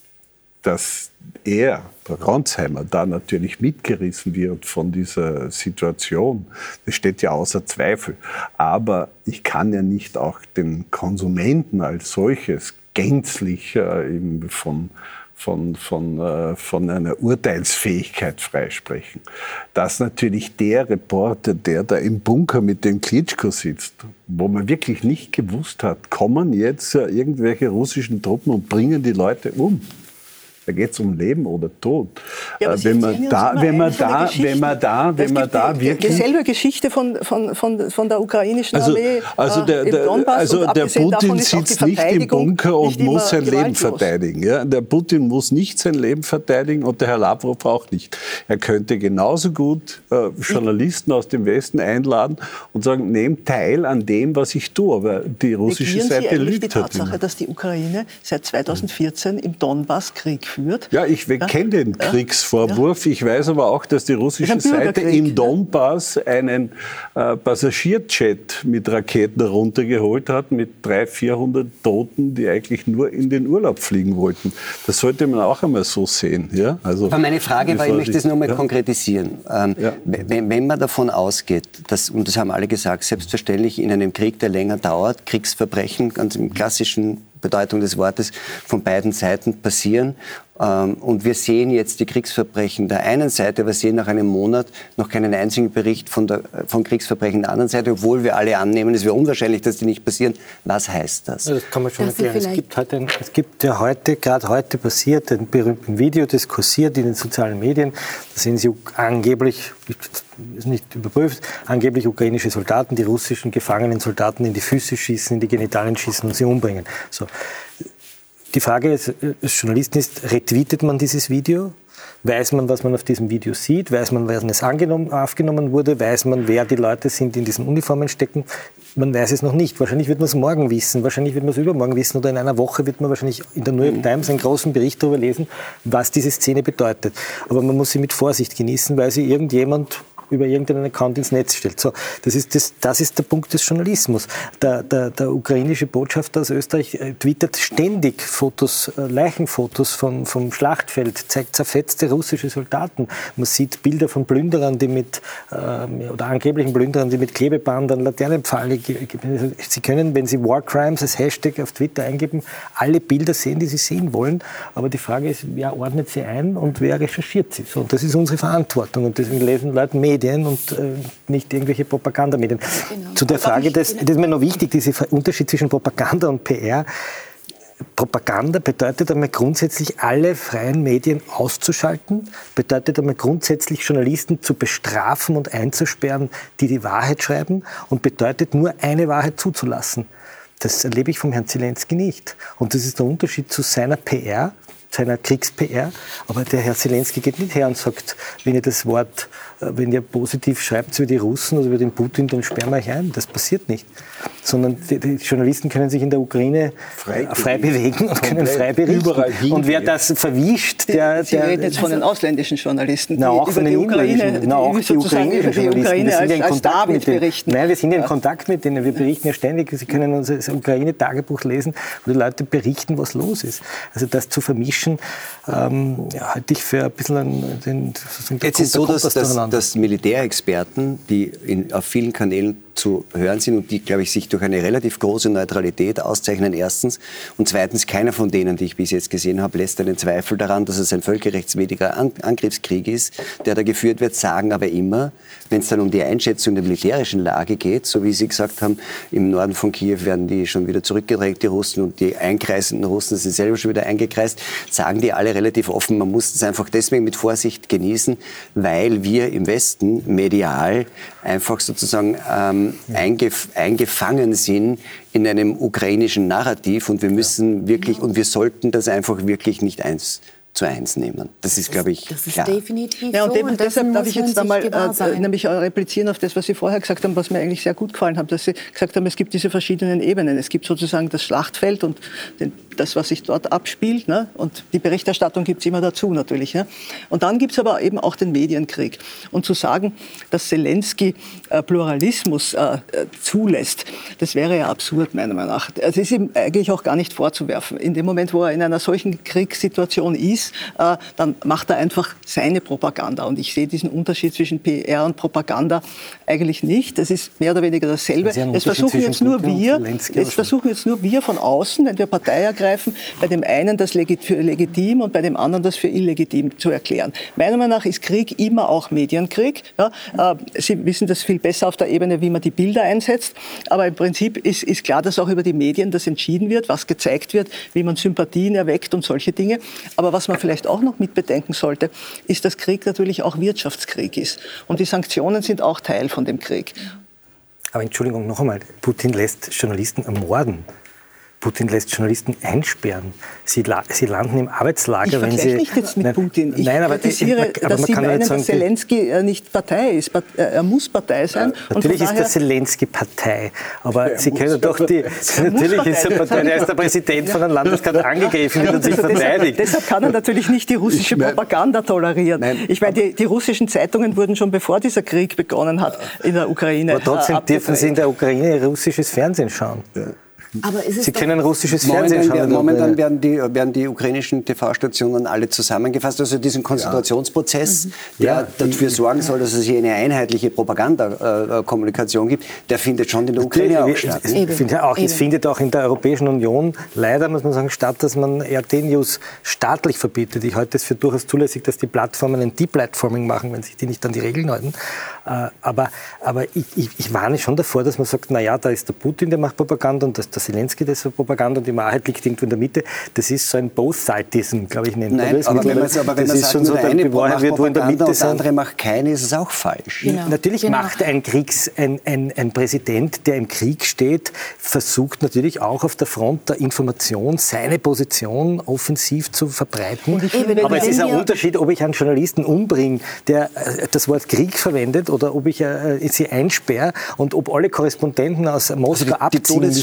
Dass er, der Ronsheimer, da natürlich mitgerissen wird von dieser Situation, das steht ja außer Zweifel. Aber ich kann ja nicht auch den Konsumenten als solches gänzlich äh, von Von, von, äh, von einer Urteilsfähigkeit freisprechen. Dass natürlich der Reporter, der da im Bunker mit dem Klitschko sitzt, wo man wirklich nicht gewusst hat, kommen jetzt äh, irgendwelche russischen Truppen und bringen die Leute um. Da geht es um Leben oder Tod. Ja, äh, wenn, man da, wenn man da, wenn man da, wenn man da wirklich dieselbe Geschichte von, von, von, von der ukrainischen also, Armee also der, äh, im der, Donbass. Also der Putin sitzt nicht im Bunker und muss sein Leben verteidigen. Ja? Der Putin muss nicht sein Leben verteidigen und der Herr Lavrov auch nicht. Er könnte genauso gut äh, Journalisten aus dem Westen einladen und sagen, nehmt teil an dem, was ich tue. Aber die russische Negieren Seite Sie lügt. die Tatsache, hat dass die Ukraine seit zweitausendvierzehn im Donbass Krieg führt? Ja, ich ja? kenne den Kriegsvorwurf. Ja. Ich weiß aber auch, dass die russische Seite im Donbass einen äh, Passagierjet mit Raketen runtergeholt hat, mit dreihundert, vierhundert Toten, die eigentlich nur in den Urlaub fliegen wollten. Das sollte man auch einmal so sehen. Ja? Also, aber meine Frage war, ich möchte das nur mal ja? konkretisieren. Ähm, ja. wenn, wenn man davon ausgeht, dass, und das haben alle gesagt, selbstverständlich in einem Krieg, der länger dauert, Kriegsverbrechen, ganz im klassischen Bedeutung des Wortes, von beiden Seiten passieren. Und wir sehen jetzt die Kriegsverbrechen der einen Seite, aber sehen nach einem Monat noch keinen einzigen Bericht von, der, von Kriegsverbrechen der anderen Seite, obwohl wir alle annehmen, es wäre unwahrscheinlich, dass die nicht passieren. Was heißt das? Das kann man schon das erklären. Es gibt, heute ein, es gibt ja heute, gerade heute passiert, ein berühmten Video, das kursiert in den sozialen Medien. Da sehen Sie angeblich, ist nicht überprüft, angeblich ukrainische Soldaten, die russischen gefangenen Soldaten in die Füße schießen, in die Genitalien schießen und sie umbringen. So. Die Frage als Journalisten ist, retweetet man dieses Video? Weiß man, was man auf diesem Video sieht? Weiß man, wann es angenommen, aufgenommen wurde? Weiß man, wer die Leute sind, die in diesen Uniformen stecken? Man weiß es noch nicht. Wahrscheinlich wird man es morgen wissen. Wahrscheinlich wird man es übermorgen wissen. Oder in einer Woche wird man wahrscheinlich in der New York Times einen großen Bericht darüber lesen, was diese Szene bedeutet. Aber man muss sie mit Vorsicht genießen, weil sie irgendjemand über irgendeinen Account ins Netz stellt. So, das ist, das, das ist der Punkt des Journalismus. Der, der, der ukrainische Botschafter aus Österreich twittert ständig Fotos, Leichenfotos von, vom Schlachtfeld, zeigt zerfetzte russische Soldaten. Man sieht Bilder von Plünderern, die mit, äh, oder angeblichen Plünderern, die mit Klebeband an Laternenpfahle. Sie können, wenn Sie War Crimes als Hashtag auf Twitter eingeben, alle Bilder sehen, die Sie sehen wollen. Aber die Frage ist, wer ordnet sie ein und wer recherchiert sie? So, und das ist unsere Verantwortung. Und deswegen lesen Leute Medien und äh, nicht irgendwelche Propagandamedien. Genau. Zu der Frage, das, das ist mir noch wichtig, dieser Unterschied zwischen Propaganda und P R. Propaganda bedeutet einmal grundsätzlich, alle freien Medien auszuschalten, bedeutet einmal grundsätzlich, Journalisten zu bestrafen und einzusperren, die die Wahrheit schreiben, und bedeutet nur eine Wahrheit zuzulassen. Das erlebe ich vom Herrn Zelensky nicht. Und das ist der Unterschied zu seiner P R, seiner Kriegs-P R. Aber der Herr Zelensky geht nicht her und sagt, wenn ihr das Wort, wenn ihr positiv schreibt über die Russen oder über den Putin, dann sperren wir euch ein. Das passiert nicht. Sondern die, die Journalisten können sich in der Ukraine frei, frei bewegen und können frei berichten. Und wer das verwischt, der... Sie der, reden jetzt von den ausländischen Journalisten, die na, auch über von den die Ukraine, na, auch die ukrainischen über die Ukraine als, als David denen. berichten. Nein, wir sind ja in Kontakt mit denen. Wir berichten ja ständig. Sie können unser Ukraine-Tagebuch lesen, wo die Leute berichten, was los ist. Also das zu vermischen, ähm, ja, halte ich für ein bisschen einen, den, Jetzt ist so, dass, dass, dass Militärexperten, die in, auf vielen Kanälen zu hören sind und die, glaube ich, sich durch eine relativ große Neutralität auszeichnen, erstens. Und zweitens, keiner von denen, die ich bis jetzt gesehen habe, lässt einen Zweifel daran, dass es ein völkerrechtswidriger An- Angriffskrieg ist, der da geführt wird, sagen aber immer, wenn es dann um die Einschätzung der militärischen Lage geht, so wie Sie gesagt haben, im Norden von Kiew werden die schon wieder zurückgedrängt, die Russen, und die einkreisenden Russen sind selber schon wieder eingekreist, sagen die alle relativ offen, man muss es einfach deswegen mit Vorsicht genießen, weil wir im Westen medial einfach sozusagen ähm, eingef- eingefangen sind in einem ukrainischen Narrativ, und wir müssen wirklich, und wir sollten das einfach wirklich nicht eins zu eins nehmen. Das ist, glaube ich, das ist klar. definitiv ja, und so. dem, und deshalb darf ich jetzt einmal äh, nämlich replizieren auf das, was Sie vorher gesagt haben, was mir eigentlich sehr gut gefallen hat, dass Sie gesagt haben, es gibt diese verschiedenen Ebenen. Es gibt sozusagen das Schlachtfeld und den, das, was sich dort abspielt, ne? Und die Berichterstattung gibt es immer dazu natürlich. Ne? Und dann gibt es aber eben auch den Medienkrieg. Und zu sagen, dass Zelensky äh, Pluralismus äh, zulässt, das wäre ja absurd, meiner Meinung nach. Es ist ihm eigentlich auch gar nicht vorzuwerfen. In dem Moment, wo er in einer solchen Kriegssituation ist, äh, dann macht er einfach seine Propaganda. Und ich sehe diesen Unterschied zwischen P R und Propaganda eigentlich nicht. Das ist mehr oder weniger dasselbe. Es versuchen jetzt nur wir, es versuchen jetzt nur wir von außen, wenn wir Partei ergreifen, bei dem einen das für legitim und bei dem anderen das für illegitim zu erklären. Meiner Meinung nach ist Krieg immer auch Medienkrieg. Ja, äh, Sie wissen das viel besser auf der Ebene, wie man die Bilder einsetzt. Aber im Prinzip ist, ist klar, dass auch über die Medien das entschieden wird, was gezeigt wird, wie man Sympathien erweckt und solche Dinge. Aber was man vielleicht auch noch mit bedenken sollte, ist, dass Krieg natürlich auch Wirtschaftskrieg ist. Und die Sanktionen sind auch Teil von dem Krieg. Aber Entschuldigung, noch einmal, Putin lässt Journalisten ermorden. Putin lässt Journalisten einsperren. Sie, la- sie landen im Arbeitslager, ich wenn sie... Ich vergleiche nicht jetzt mit nein, Putin. Ich nein, aber, kritisiere, aber dass Sie meinen, sagen, dass Zelensky nicht Partei ist. Er muss Partei sein. Ja, natürlich ist der Zelensky Partei. Aber ja, Sie können doch die... Natürlich ist er Partei. Er ist der Präsident von einem Land, das gerade angegriffen wird und sich verteidigt. Deshalb kann er natürlich nicht die russische Propaganda tolerieren. Nein, ich meine, die, die russischen Zeitungen wurden schon bevor dieser Krieg begonnen hat in der Ukraine. Aber trotzdem dürfen Sie in der Ukraine russisches Fernsehen schauen. Ja. Aber ist es Sie können russisches Fernsehen momentan, schauen. Momentan werden die, werden die ukrainischen T V-Stationen alle zusammengefasst. Also diesen Konzentrationsprozess, ja. der ja, dafür sorgen soll, dass es hier eine einheitliche Propagandakommunikation gibt, der findet schon in der Ukraine auch statt. Ich finde auch, es findet auch in der Europäischen Union leider, muss man sagen, statt, dass man R T-News staatlich verbietet. Ich halte es für durchaus zulässig, dass die Plattformen ein Deplatforming machen, wenn sich die nicht an die Regeln halten. Aber, aber ich, ich, ich warne schon davor, dass man sagt, naja, da ist der Putin, der macht Propaganda, und das, das Zelensky, das ist Propaganda, und die Wahrheit liegt irgendwo in der Mitte. Das ist so ein Both-Sidism, glaube ich, nennt man Nein, das. aber wenn man, aber wenn man sagt, schon so, der eine macht wird, wo in der Mitte und der andere macht keine, ist es auch falsch. Genau. Natürlich genau. macht ein, Kriegs, ein, ein, ein Präsident, der im Krieg steht, versucht natürlich auch auf der Front der Information seine Position offensiv zu verbreiten. Eben, aber es ist ein Unterschied, ob ich einen Journalisten umbringe, der äh, das Wort Krieg verwendet, oder ob ich äh, sie einsperre und ob alle Korrespondenten aus Moskau also die, abziehen die Todesstrafe müssen. da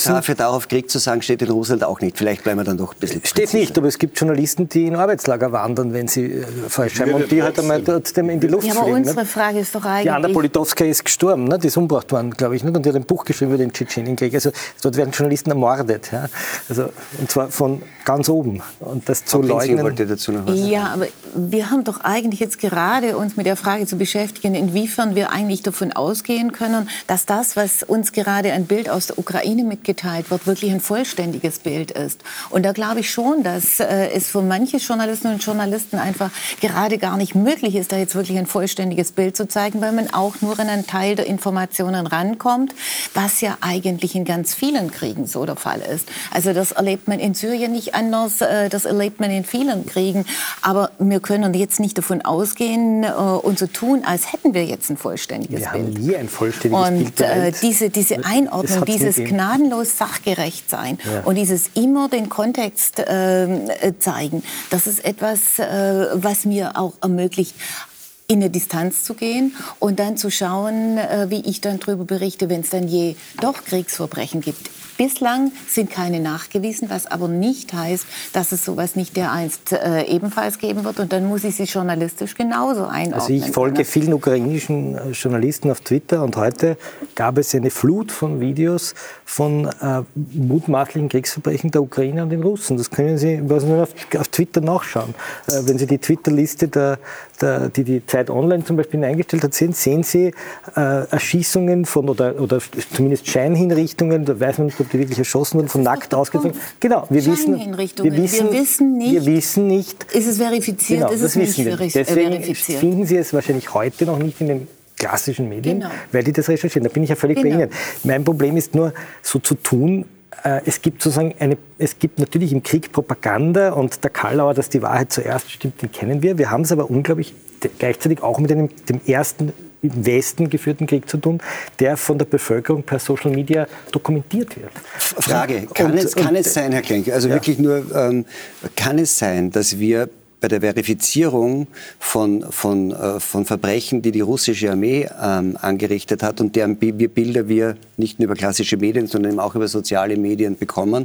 auch auf Krieg zu sagen, steht in Russland auch nicht. Vielleicht bleiben wir dann doch ein bisschen Steht präziser. Nicht, aber es gibt Journalisten, die in Arbeitslager wandern, wenn sie äh, falsch haben und die halt einmal trotzdem in die Luft ja, aber fliegen. Unsere nicht? Frage ist doch eigentlich... Die Anna Politowskaja ist gestorben, ne? Die ist umgebracht worden, glaube ich, nicht? Und die hat ein Buch geschrieben über den Tschetschenienkrieg. Also dort werden Journalisten ermordet. Ja? Also, und zwar von ganz oben. Und das zu leugnen... Wollte dazu noch was sagen? Ja, aber wir haben doch eigentlich jetzt gerade uns mit der Frage zu beschäftigen, inwiefern wir eigentlich davon ausgehen können, dass das, was uns gerade ein Bild aus der Ukraine mitgeteilt wird, wirklich ein vollständiges Bild ist. Und da glaube ich schon, dass äh, es für manche Journalistinnen und Journalisten einfach gerade gar nicht möglich ist, da jetzt wirklich ein vollständiges Bild zu zeigen, weil man auch nur an einen Teil der Informationen rankommt, was ja eigentlich in ganz vielen Kriegen so der Fall ist. Also das erlebt man in Syrien nicht anders, äh, das erlebt man in vielen Kriegen. Aber wir können jetzt nicht davon ausgehen äh, und so tun, als hätten wir jetzt ein vollständiges wir Bild. Wir haben nie ein vollständiges und, Bild bereitet. Äh, diese, diese Einordnung, dieses gnadenlos sachgerecht sein ja. und dieses immer den Kontext äh, zeigen, das ist etwas, äh, was mir auch ermöglicht, in eine Distanz zu gehen und dann zu schauen, äh, wie ich dann darüber berichte, wenn es dann je doch Kriegsverbrechen gibt. Bislang sind keine nachgewiesen, was aber nicht heißt, dass es sowas nicht dereinst äh, ebenfalls geben wird. Und dann muss ich sie journalistisch genauso einordnen. Also ich folge können. vielen ukrainischen Journalisten auf Twitter und heute gab es eine Flut von Videos von äh, mutmaßlichen Kriegsverbrechen der Ukrainer und den Russen. Das können Sie was nur auf, auf Twitter nachschauen. Äh, wenn Sie die Twitter-Liste, der, der, die die Zeit Online zum Beispiel eingestellt hat, sehen, sehen Sie äh, Erschießungen von oder, oder zumindest Scheinhinrichtungen, da weiß man nicht, ob die wirklich erschossen wurden, von nackt ausgezogen. Genau, wir wissen, wir wissen, wir wissen nicht, wir wissen nicht, ist es verifiziert, genau, ist es nicht verifiziert. Deswegen finden Sie es wahrscheinlich heute noch nicht in den klassischen Medien, genau. weil die das recherchieren. Da bin ich ja völlig genau. bei Ihnen. Mein Problem ist nur, so zu tun, äh, es gibt sozusagen eine, es gibt natürlich im Krieg Propaganda und der Kallauer, dass die Wahrheit zuerst stimmt, den kennen wir. Wir haben es aber unglaublich gleichzeitig auch mit einem, dem ersten im Westen geführten Krieg zu tun, der von der Bevölkerung per Social Media dokumentiert wird. Frage, kann, und, es, kann und, es sein, Herr Klenk, also ja. wirklich nur, ähm, kann es sein, dass wir bei der Verifizierung von, von, äh, von Verbrechen, die die russische Armee ähm, angerichtet hat und deren wir Bilder wir nicht nur über klassische Medien, sondern auch über soziale Medien bekommen,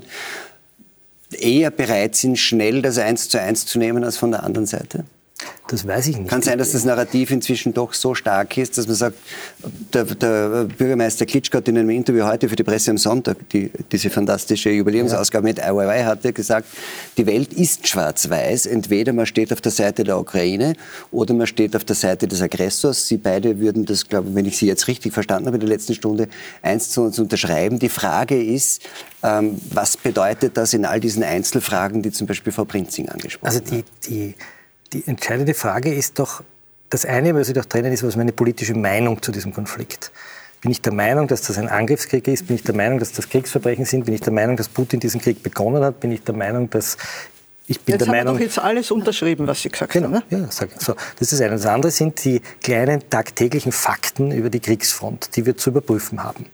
eher bereit sind, schnell das eins zu eins zu nehmen als von der anderen Seite? Das weiß ich nicht. Kann sein, dass das Narrativ inzwischen doch so stark ist, dass man sagt, der, der Bürgermeister Klitschko hat in einem Interview heute für die Presse am Sonntag, die diese fantastische Jubiläumsausgabe mit I Y Y hatte, gesagt, die Welt ist schwarz-weiß. Entweder man steht auf der Seite der Ukraine oder man steht auf der Seite des Aggressors. Sie beide würden das, glaube ich, wenn ich Sie jetzt richtig verstanden habe, in der letzten Stunde eins zu uns unterschreiben. Die Frage ist, ähm, was bedeutet das in all diesen Einzelfragen, die zum Beispiel Frau Prinzing angesprochen hat? Also die, die Die entscheidende Frage ist doch, das eine, was ich doch trennen, ist, was ist meine politische Meinung zu diesem Konflikt. Bin ich der Meinung, dass das ein Angriffskrieg ist? Bin ich der Meinung, dass das Kriegsverbrechen sind? Bin ich der Meinung, dass Putin diesen Krieg begonnen hat? Bin ich der Meinung, dass ich bin jetzt der Meinung... Jetzt haben wir doch jetzt alles unterschrieben, was Sie gesagt genau, haben. Ne? Ja, sag, so. Das ist das eine. Das andere sind die kleinen tagtäglichen Fakten über die Kriegsfront, die wir zu überprüfen haben.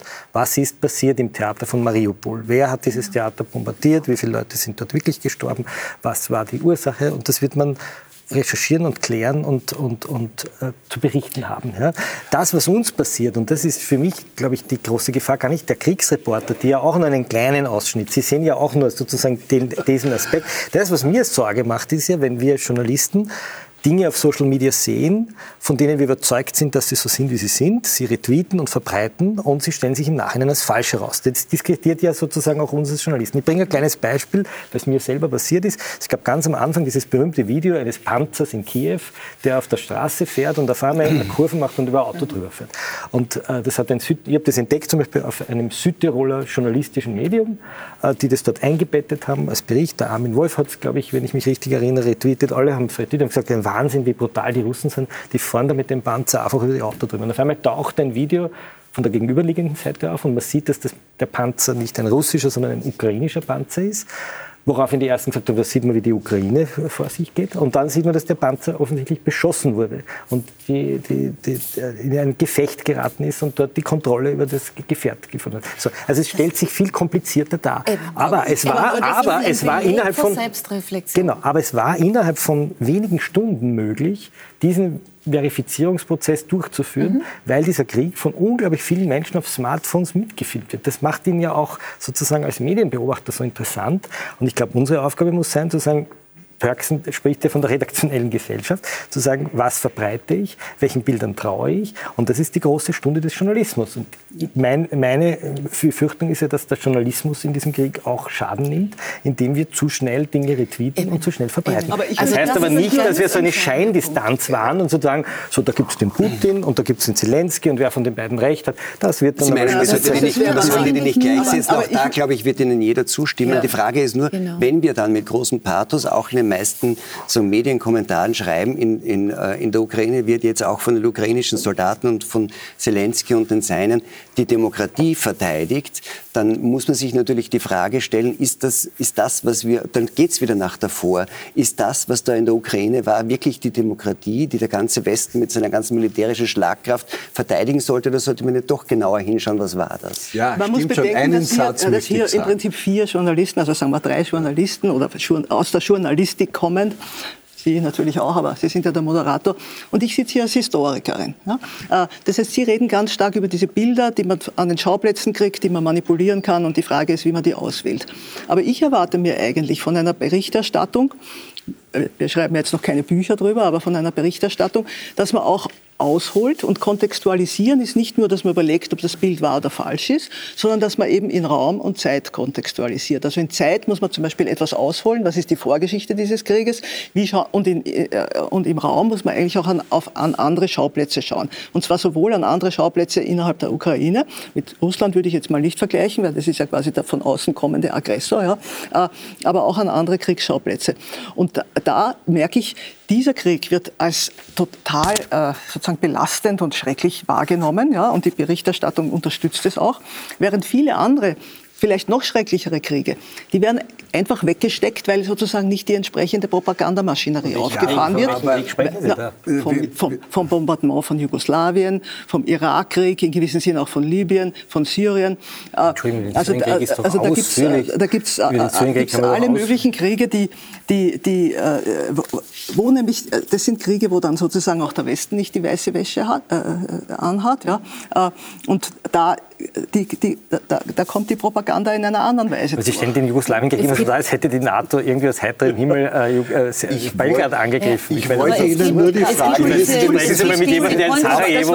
Was ist passiert im Theater von Mariupol? Wer hat dieses Theater bombardiert? Wie viele Leute sind dort wirklich gestorben? Was war die Ursache? Und das wird man recherchieren und klären und, und, und äh, zu berichten haben. Ja? Das, was uns passiert, und das ist für mich, glaube ich, die große Gefahr, gar nicht der Kriegsreporter, die ja auch nur einen kleinen Ausschnitt, Sie sehen ja auch nur sozusagen den, diesen Aspekt. Das, was mir Sorge macht, ist ja, wenn wir Journalisten Dinge auf Social Media sehen, von denen wir überzeugt sind, dass sie so sind, wie sie sind. Sie retweeten und verbreiten und sie stellen sich im Nachhinein als falsch heraus. Das diskreditiert ja sozusagen auch uns als Journalisten. Ich bringe ein kleines Beispiel, was mir selber passiert ist. Es gab ganz am Anfang dieses berühmte Video eines Panzers in Kiew, der auf der Straße fährt und auf einmal eine Kurve macht und über ein Auto drüber fährt. Und äh, das hat ein Süd- ich habe das entdeckt zum Beispiel auf einem Südtiroler journalistischen Medium, äh, die das dort eingebettet haben als Bericht. Der Armin Wolf hat es, glaube ich, wenn ich mich richtig erinnere, retweetet. Alle haben es retweetet und gesagt, ein Wahnsinn, wie brutal die Russen sind. Die fahren da mit dem Panzer einfach über die Auto drüber. Und auf einmal taucht ein Video von der gegenüberliegenden Seite auf und man sieht, dass das, der Panzer nicht ein russischer, sondern ein ukrainischer Panzer ist. Woraufhin die Ersten gesagt haben, da sieht man, wie die Ukraine vor sich geht. Und dann sieht man, dass der Panzer offensichtlich beschossen wurde und die, die, die, in ein Gefecht geraten ist und dort die Kontrolle über das Gefährt gefunden hat. So, also es stellt sich viel komplizierter dar. Äh, aber es war, aber, aber es war innerhalb von genau, aber es war innerhalb von wenigen Stunden möglich, diesen Verifizierungsprozess durchzuführen, mhm. weil dieser Krieg von unglaublich vielen Menschen auf Smartphones mitgefilmt wird. Das macht ihn ja auch sozusagen als Medienbeobachter so interessant. Und ich glaube, unsere Aufgabe muss sein, zu sagen, Pörksen spricht ja von der redaktionellen Gesellschaft, zu sagen, was verbreite ich, welchen Bildern traue ich. Und das ist die große Stunde des Journalismus. Und mein, meine Fürchtung ist ja, dass der Journalismus in diesem Krieg auch Schaden nimmt, indem wir zu schnell Dinge retweeten Eben. und zu schnell verbreiten. Aber das also heißt das aber nicht, dass wir so eine Scheindistanz wahren und sozusagen, so da gibt es den Putin und da gibt es den Zelensky und wer von den beiden recht hat, das wird dann... Sie meinen, das sollte nicht, das sollte nicht gleichsetzen. Auch da, glaube ich, wird Ihnen jeder zustimmen. Ja. Die Frage ist nur, genau. wenn wir dann mit großem Pathos auch in den meisten so Medienkommentaren schreiben, in, in, in der Ukraine wird jetzt auch von den ukrainischen Soldaten und von Zelensky und den Seinen die Demokratie verteidigt, dann muss man sich natürlich die Frage stellen, ist das, ist das was wir, dann geht es wieder nach davor, ist das, was da in der Ukraine war, wirklich die Demokratie, die der ganze Westen mit seiner ganzen militärischen Schlagkraft verteidigen sollte, oder sollte man nicht doch genauer hinschauen, was war das? Ja, man muss bedenken, einen dass hier, Satz dass hier im Prinzip vier Journalisten, also sagen wir drei Journalisten oder aus der Journalistik kommen, Sie natürlich auch, aber Sie sind ja der Moderator. Und ich sitze hier als Historikerin. Ja? Das heißt, Sie reden ganz stark über diese Bilder, die man an den Schauplätzen kriegt, die man manipulieren kann. Und die Frage ist, wie man die auswählt. Aber ich erwarte mir eigentlich von einer Berichterstattung, wir schreiben jetzt noch keine Bücher drüber, aber von einer Berichterstattung, dass man auch ausholt. Und kontextualisieren ist nicht nur, dass man überlegt, ob das Bild wahr oder falsch ist, sondern dass man eben in Raum und Zeit kontextualisiert. Also in Zeit muss man zum Beispiel etwas ausholen, was ist die Vorgeschichte dieses Krieges, wie und, in, äh, und im Raum muss man eigentlich auch an, auf, an andere Schauplätze schauen. Und zwar sowohl an andere Schauplätze innerhalb der Ukraine, mit Russland würde ich jetzt mal nicht vergleichen, weil das ist ja quasi der von außen kommende Aggressor, ja, äh, aber auch an andere Kriegsschauplätze. Und da, da merke ich, dieser Krieg wird als total äh, sozusagen belastend und schrecklich wahrgenommen, ja, und die Berichterstattung unterstützt es auch, während viele andere, vielleicht noch schrecklichere Kriege, die werden einfach weggesteckt, weil sozusagen nicht die entsprechende Propagandamaschinerie aufgefahren wird. Na, vom, vom, vom Bombardement von Jugoslawien, vom Irakkrieg, in gewissem Sinne auch von Libyen, von Syrien. Entschuldigung, also, also, also da gibt es da gibt's, gibt's alle möglichen Kriege, die, die, die, wo nämlich, das sind Kriege, wo dann sozusagen auch der Westen nicht die weiße Wäsche hat, äh, anhat. Ja? Und da, die, die, da, da kommt die Propaganda in einer anderen Weise. Also Sie stellen den Jugoslawienkrieg immer so da, als hätte die NATO irgendwie aus heiterem Himmel äh, äh, Belgrad angegriffen. Ich, ich wollte Ihnen nur die Frage... Sprechen Sie mal mit jemandem, der in Sarajevo...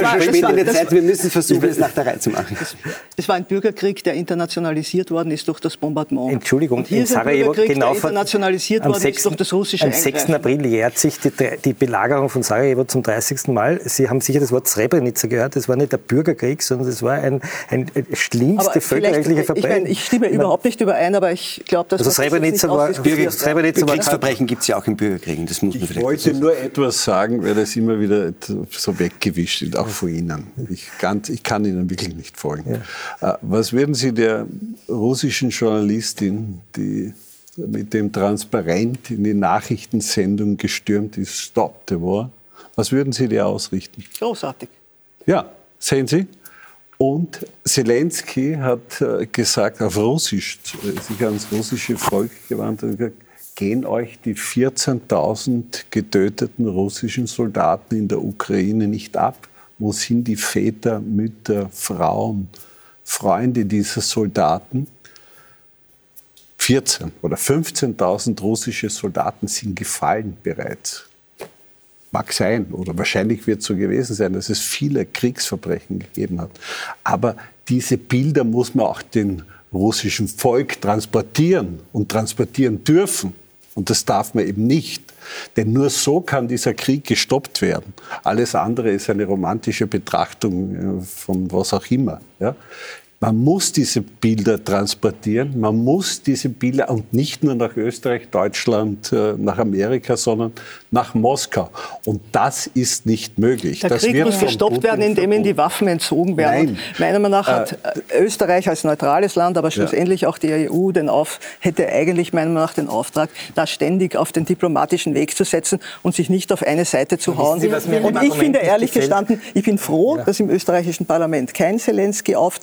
Wir müssen versuchen, es nach der Reihe zu machen. Es war ein Bürgerkrieg, der internationalisiert worden ist durch das Bombardement. Entschuldigung, und hier in Sarajevo, genau der internationalisiert worden ist durch das russische Am sechsten April jährt sich die, die Belagerung von Sarajevo zum dreißigsten Mal. Sie haben sicher das Wort Srebrenica gehört. Das war nicht der Bürgerkrieg, sondern das war ein, ein schlimmste völkerrechtliche Verbrechen. Ich, mein, ich stimme überhaupt nicht überein, aber ich glaube, dass also das Srebrenica war, Srebrenica war Kriegsverbrechen gibt es ja auch im Bürgerkriegen. Das muss man ich wollte nur etwas sagen, weil das immer wieder so weggewischt wird, auch von Ihnen. Ich kann, ich kann Ihnen wirklich nicht folgen. Ja. Was würden Sie der russischen Journalistin, die mit dem Transparent in die Nachrichtensendung gestürmt ist, Stop the War, was würden Sie dir ausrichten? Großartig. Ja, sehen Sie? Und Zelensky hat gesagt, auf Russisch, sich ans russische Volk gewandt, und gesagt, gehen euch die vierzehntausend getöteten russischen Soldaten in der Ukraine nicht ab? Wo sind die Väter, Mütter, Frauen, Freunde dieser Soldaten? vierzehn oder fünfzehntausend russische Soldaten sind gefallen bereits. Mag sein oder wahrscheinlich wird es so gewesen sein, dass es viele Kriegsverbrechen gegeben hat. Aber diese Bilder muss man auch dem russischen Volk transportieren und transportieren dürfen. Und das darf man eben nicht. Denn nur so kann dieser Krieg gestoppt werden. Alles andere ist eine romantische Betrachtung von was auch immer. Ja? Man muss diese Bilder transportieren, man muss diese Bilder, und nicht nur nach Österreich, Deutschland, nach Amerika, sondern nach Moskau. Und das ist nicht möglich. Der das Krieg wird muss gestoppt werden, indem ihnen die Waffen entzogen werden. Nein. Meiner Meinung nach hat äh, Österreich als neutrales Land, aber schlussendlich ja. auch die E U, den auf, hätte eigentlich meiner Meinung nach den Auftrag, da ständig auf den diplomatischen Weg zu setzen und sich nicht auf eine Seite zu hauen. Sie, und ich finde ehrlich gestanden, ich bin froh, ja. dass im österreichischen Parlament kein Zelensky auftritt, denn ich finde,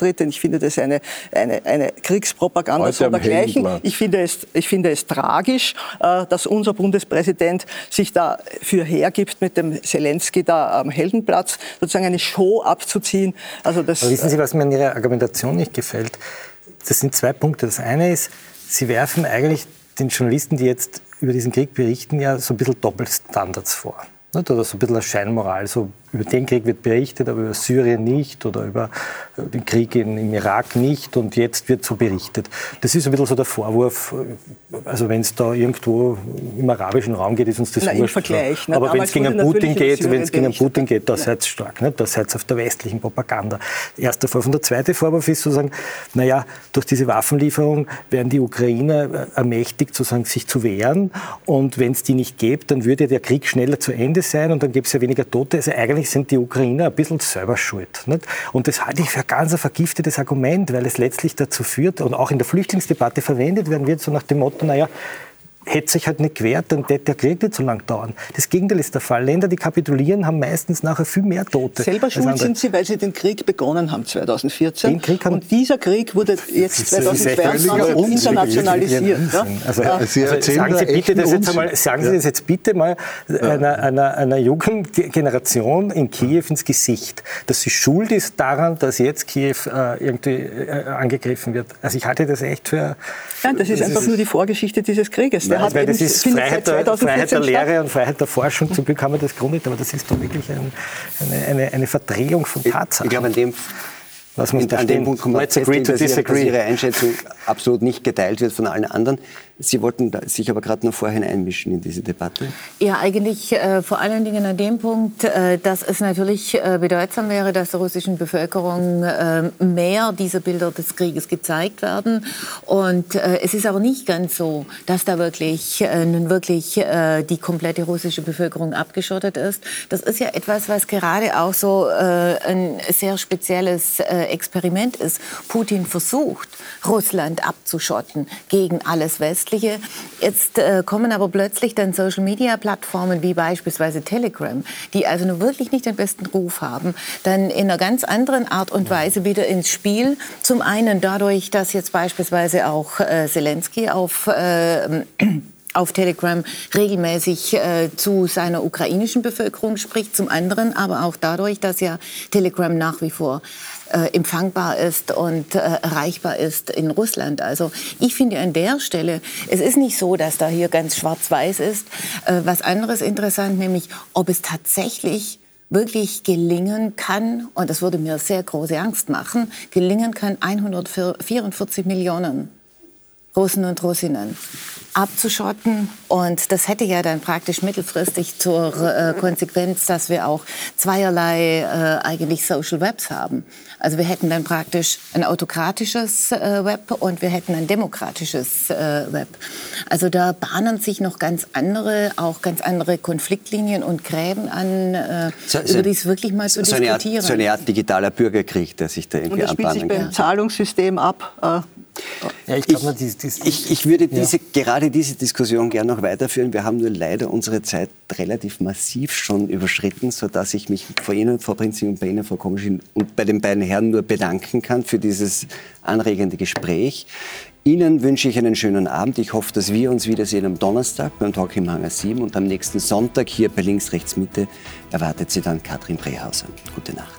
finde das eine, eine, eine Kriegspropaganda sondergleichen. Ich finde es, ich finde es tragisch, äh, dass unser Bundespräsident sich dafür hergibt, mit dem Zelensky da am Heldenplatz sozusagen eine Show abzuziehen. Also das, Aber wissen Sie, was mir an Ihrer Argumentation nicht gefällt? Das sind zwei Punkte. Das eine ist, Sie werfen eigentlich den Journalisten, die jetzt über diesen Krieg berichten, ja so ein bisschen Doppelstandards vor. Oder so ein bisschen eine Scheinmoral. So, über den Krieg wird berichtet, aber über Syrien nicht oder über den Krieg in, im Irak nicht und jetzt wird so berichtet. Das ist ein bisschen so der Vorwurf, also wenn es da irgendwo im arabischen Raum geht, ist uns das wurscht. Vergleich, ne? Aber wenn es gegen Putin geht, wenn es gegen Putin geht, da seid ihr stark, ne? Da seid ihr auf der westlichen Propaganda. Erster Vorwurf. Und der zweite Vorwurf ist sozusagen, naja, durch diese Waffenlieferung werden die Ukrainer ermächtigt, sozusagen, sich zu wehren und wenn es die nicht gäbe, dann würde der Krieg schneller zu Ende sein und dann gäbe es ja weniger Tote. Also eigentlich sind die Ukrainer ein bisschen selber schuld. Nicht? Und das halte ich für ein ganz vergiftetes Argument, weil es letztlich dazu führt und auch in der Flüchtlingsdebatte verwendet werden wird, so nach dem Motto, naja, hätte sich halt nicht gewehrt, dann hätte der Krieg nicht so lang dauern. Das Gegenteil ist der Fall. Länder, die kapitulieren, haben meistens nachher viel mehr Tote. Selber schuld sind sie, weil sie den Krieg begonnen haben zweitausendvierzehn. Den Krieg haben und dieser Krieg wurde jetzt zweitausendzweiundzwanzig internationalisiert. Ja? Also, also, Sie also sagen, Sie bitte das jetzt einmal, sagen Sie das jetzt bitte mal einer, einer, einer Jugendgeneration in Kiew ins Gesicht, dass sie schuld ist daran, dass jetzt Kiew äh, irgendwie äh, angegriffen wird. Also ich halte das echt für... Ja, das ist das einfach ist nur die Vorgeschichte dieses Krieges. Der Nein, hat das ist Freiheit der, Freiheit der Lehre und Freiheit der Forschung. Zum Glück haben wir das gegründet, aber das ist doch wirklich ein, eine, eine, eine Verdrehung von Tatsachen. Ich glaube, an dem, Was man an dem Punkt kommt man feststellen, dass, dass Ihre Einschätzung absolut nicht geteilt wird von allen anderen. Sie wollten sich aber gerade noch vorhin einmischen in diese Debatte. Ja, eigentlich äh, vor allen Dingen an dem Punkt, äh, dass es natürlich äh, bedeutsam wäre, dass der russischen Bevölkerung äh, mehr diese Bilder des Krieges gezeigt werden. Und äh, es ist aber nicht ganz so, dass da wirklich, äh, nun wirklich äh, die komplette russische Bevölkerung abgeschottet ist. Das ist ja etwas, was gerade auch so äh, ein sehr spezielles äh, Experiment ist. Putin versucht, Russland abzuschotten gegen alles Westliche. Jetzt äh, kommen aber plötzlich dann Social-Media-Plattformen wie beispielsweise Telegram, die also nur wirklich nicht den besten Ruf haben, dann in einer ganz anderen Art und Weise wieder ins Spiel. Zum einen dadurch, dass jetzt beispielsweise auch äh, Zelensky auf äh, auf Telegram regelmäßig äh, zu seiner ukrainischen Bevölkerung spricht, zum anderen aber auch dadurch, dass ja Telegram nach wie vor äh, empfangbar ist und äh, erreichbar ist in Russland. Also ich finde an der Stelle, es ist nicht so, dass da hier ganz schwarz-weiß ist. Äh, was anderes interessant, nämlich ob es tatsächlich wirklich gelingen kann, und das würde mir sehr große Angst machen, gelingen kann, hundertvierundvierzig Millionen Russen und Russinnen abzuschotten. Und das hätte ja dann praktisch mittelfristig zur äh, Konsequenz, dass wir auch zweierlei äh, eigentlich Social Webs haben. Also wir hätten dann praktisch ein autokratisches äh, Web und wir hätten ein demokratisches äh, Web. Also da bahnen sich noch ganz andere, auch ganz andere Konfliktlinien und Gräben an, äh, so, so, über die es wirklich mal zu so diskutieren. Eine Art, so eine Art digitaler Bürgerkrieg, der sich da irgendwie anbahnen kann. Und das spielt sich beim Zahlungssystem ab. Äh, Ja, ich, glaub, ich, ich, ich würde diese, ja. gerade diese Diskussion gerne noch weiterführen. Wir haben nur leider unsere Zeit relativ massiv schon überschritten, sodass ich mich vor Ihnen, Frau Prinzing, und bei Ihnen, Frau Komischin, und bei den beiden Herren nur bedanken kann für dieses anregende Gespräch. Ihnen wünsche ich einen schönen Abend. Ich hoffe, dass wir uns wiedersehen am Donnerstag beim Talk im Hangar sieben und am nächsten Sonntag hier bei Links, Rechts, Mitte erwartet Sie dann Katrin Brehauser. Gute Nacht.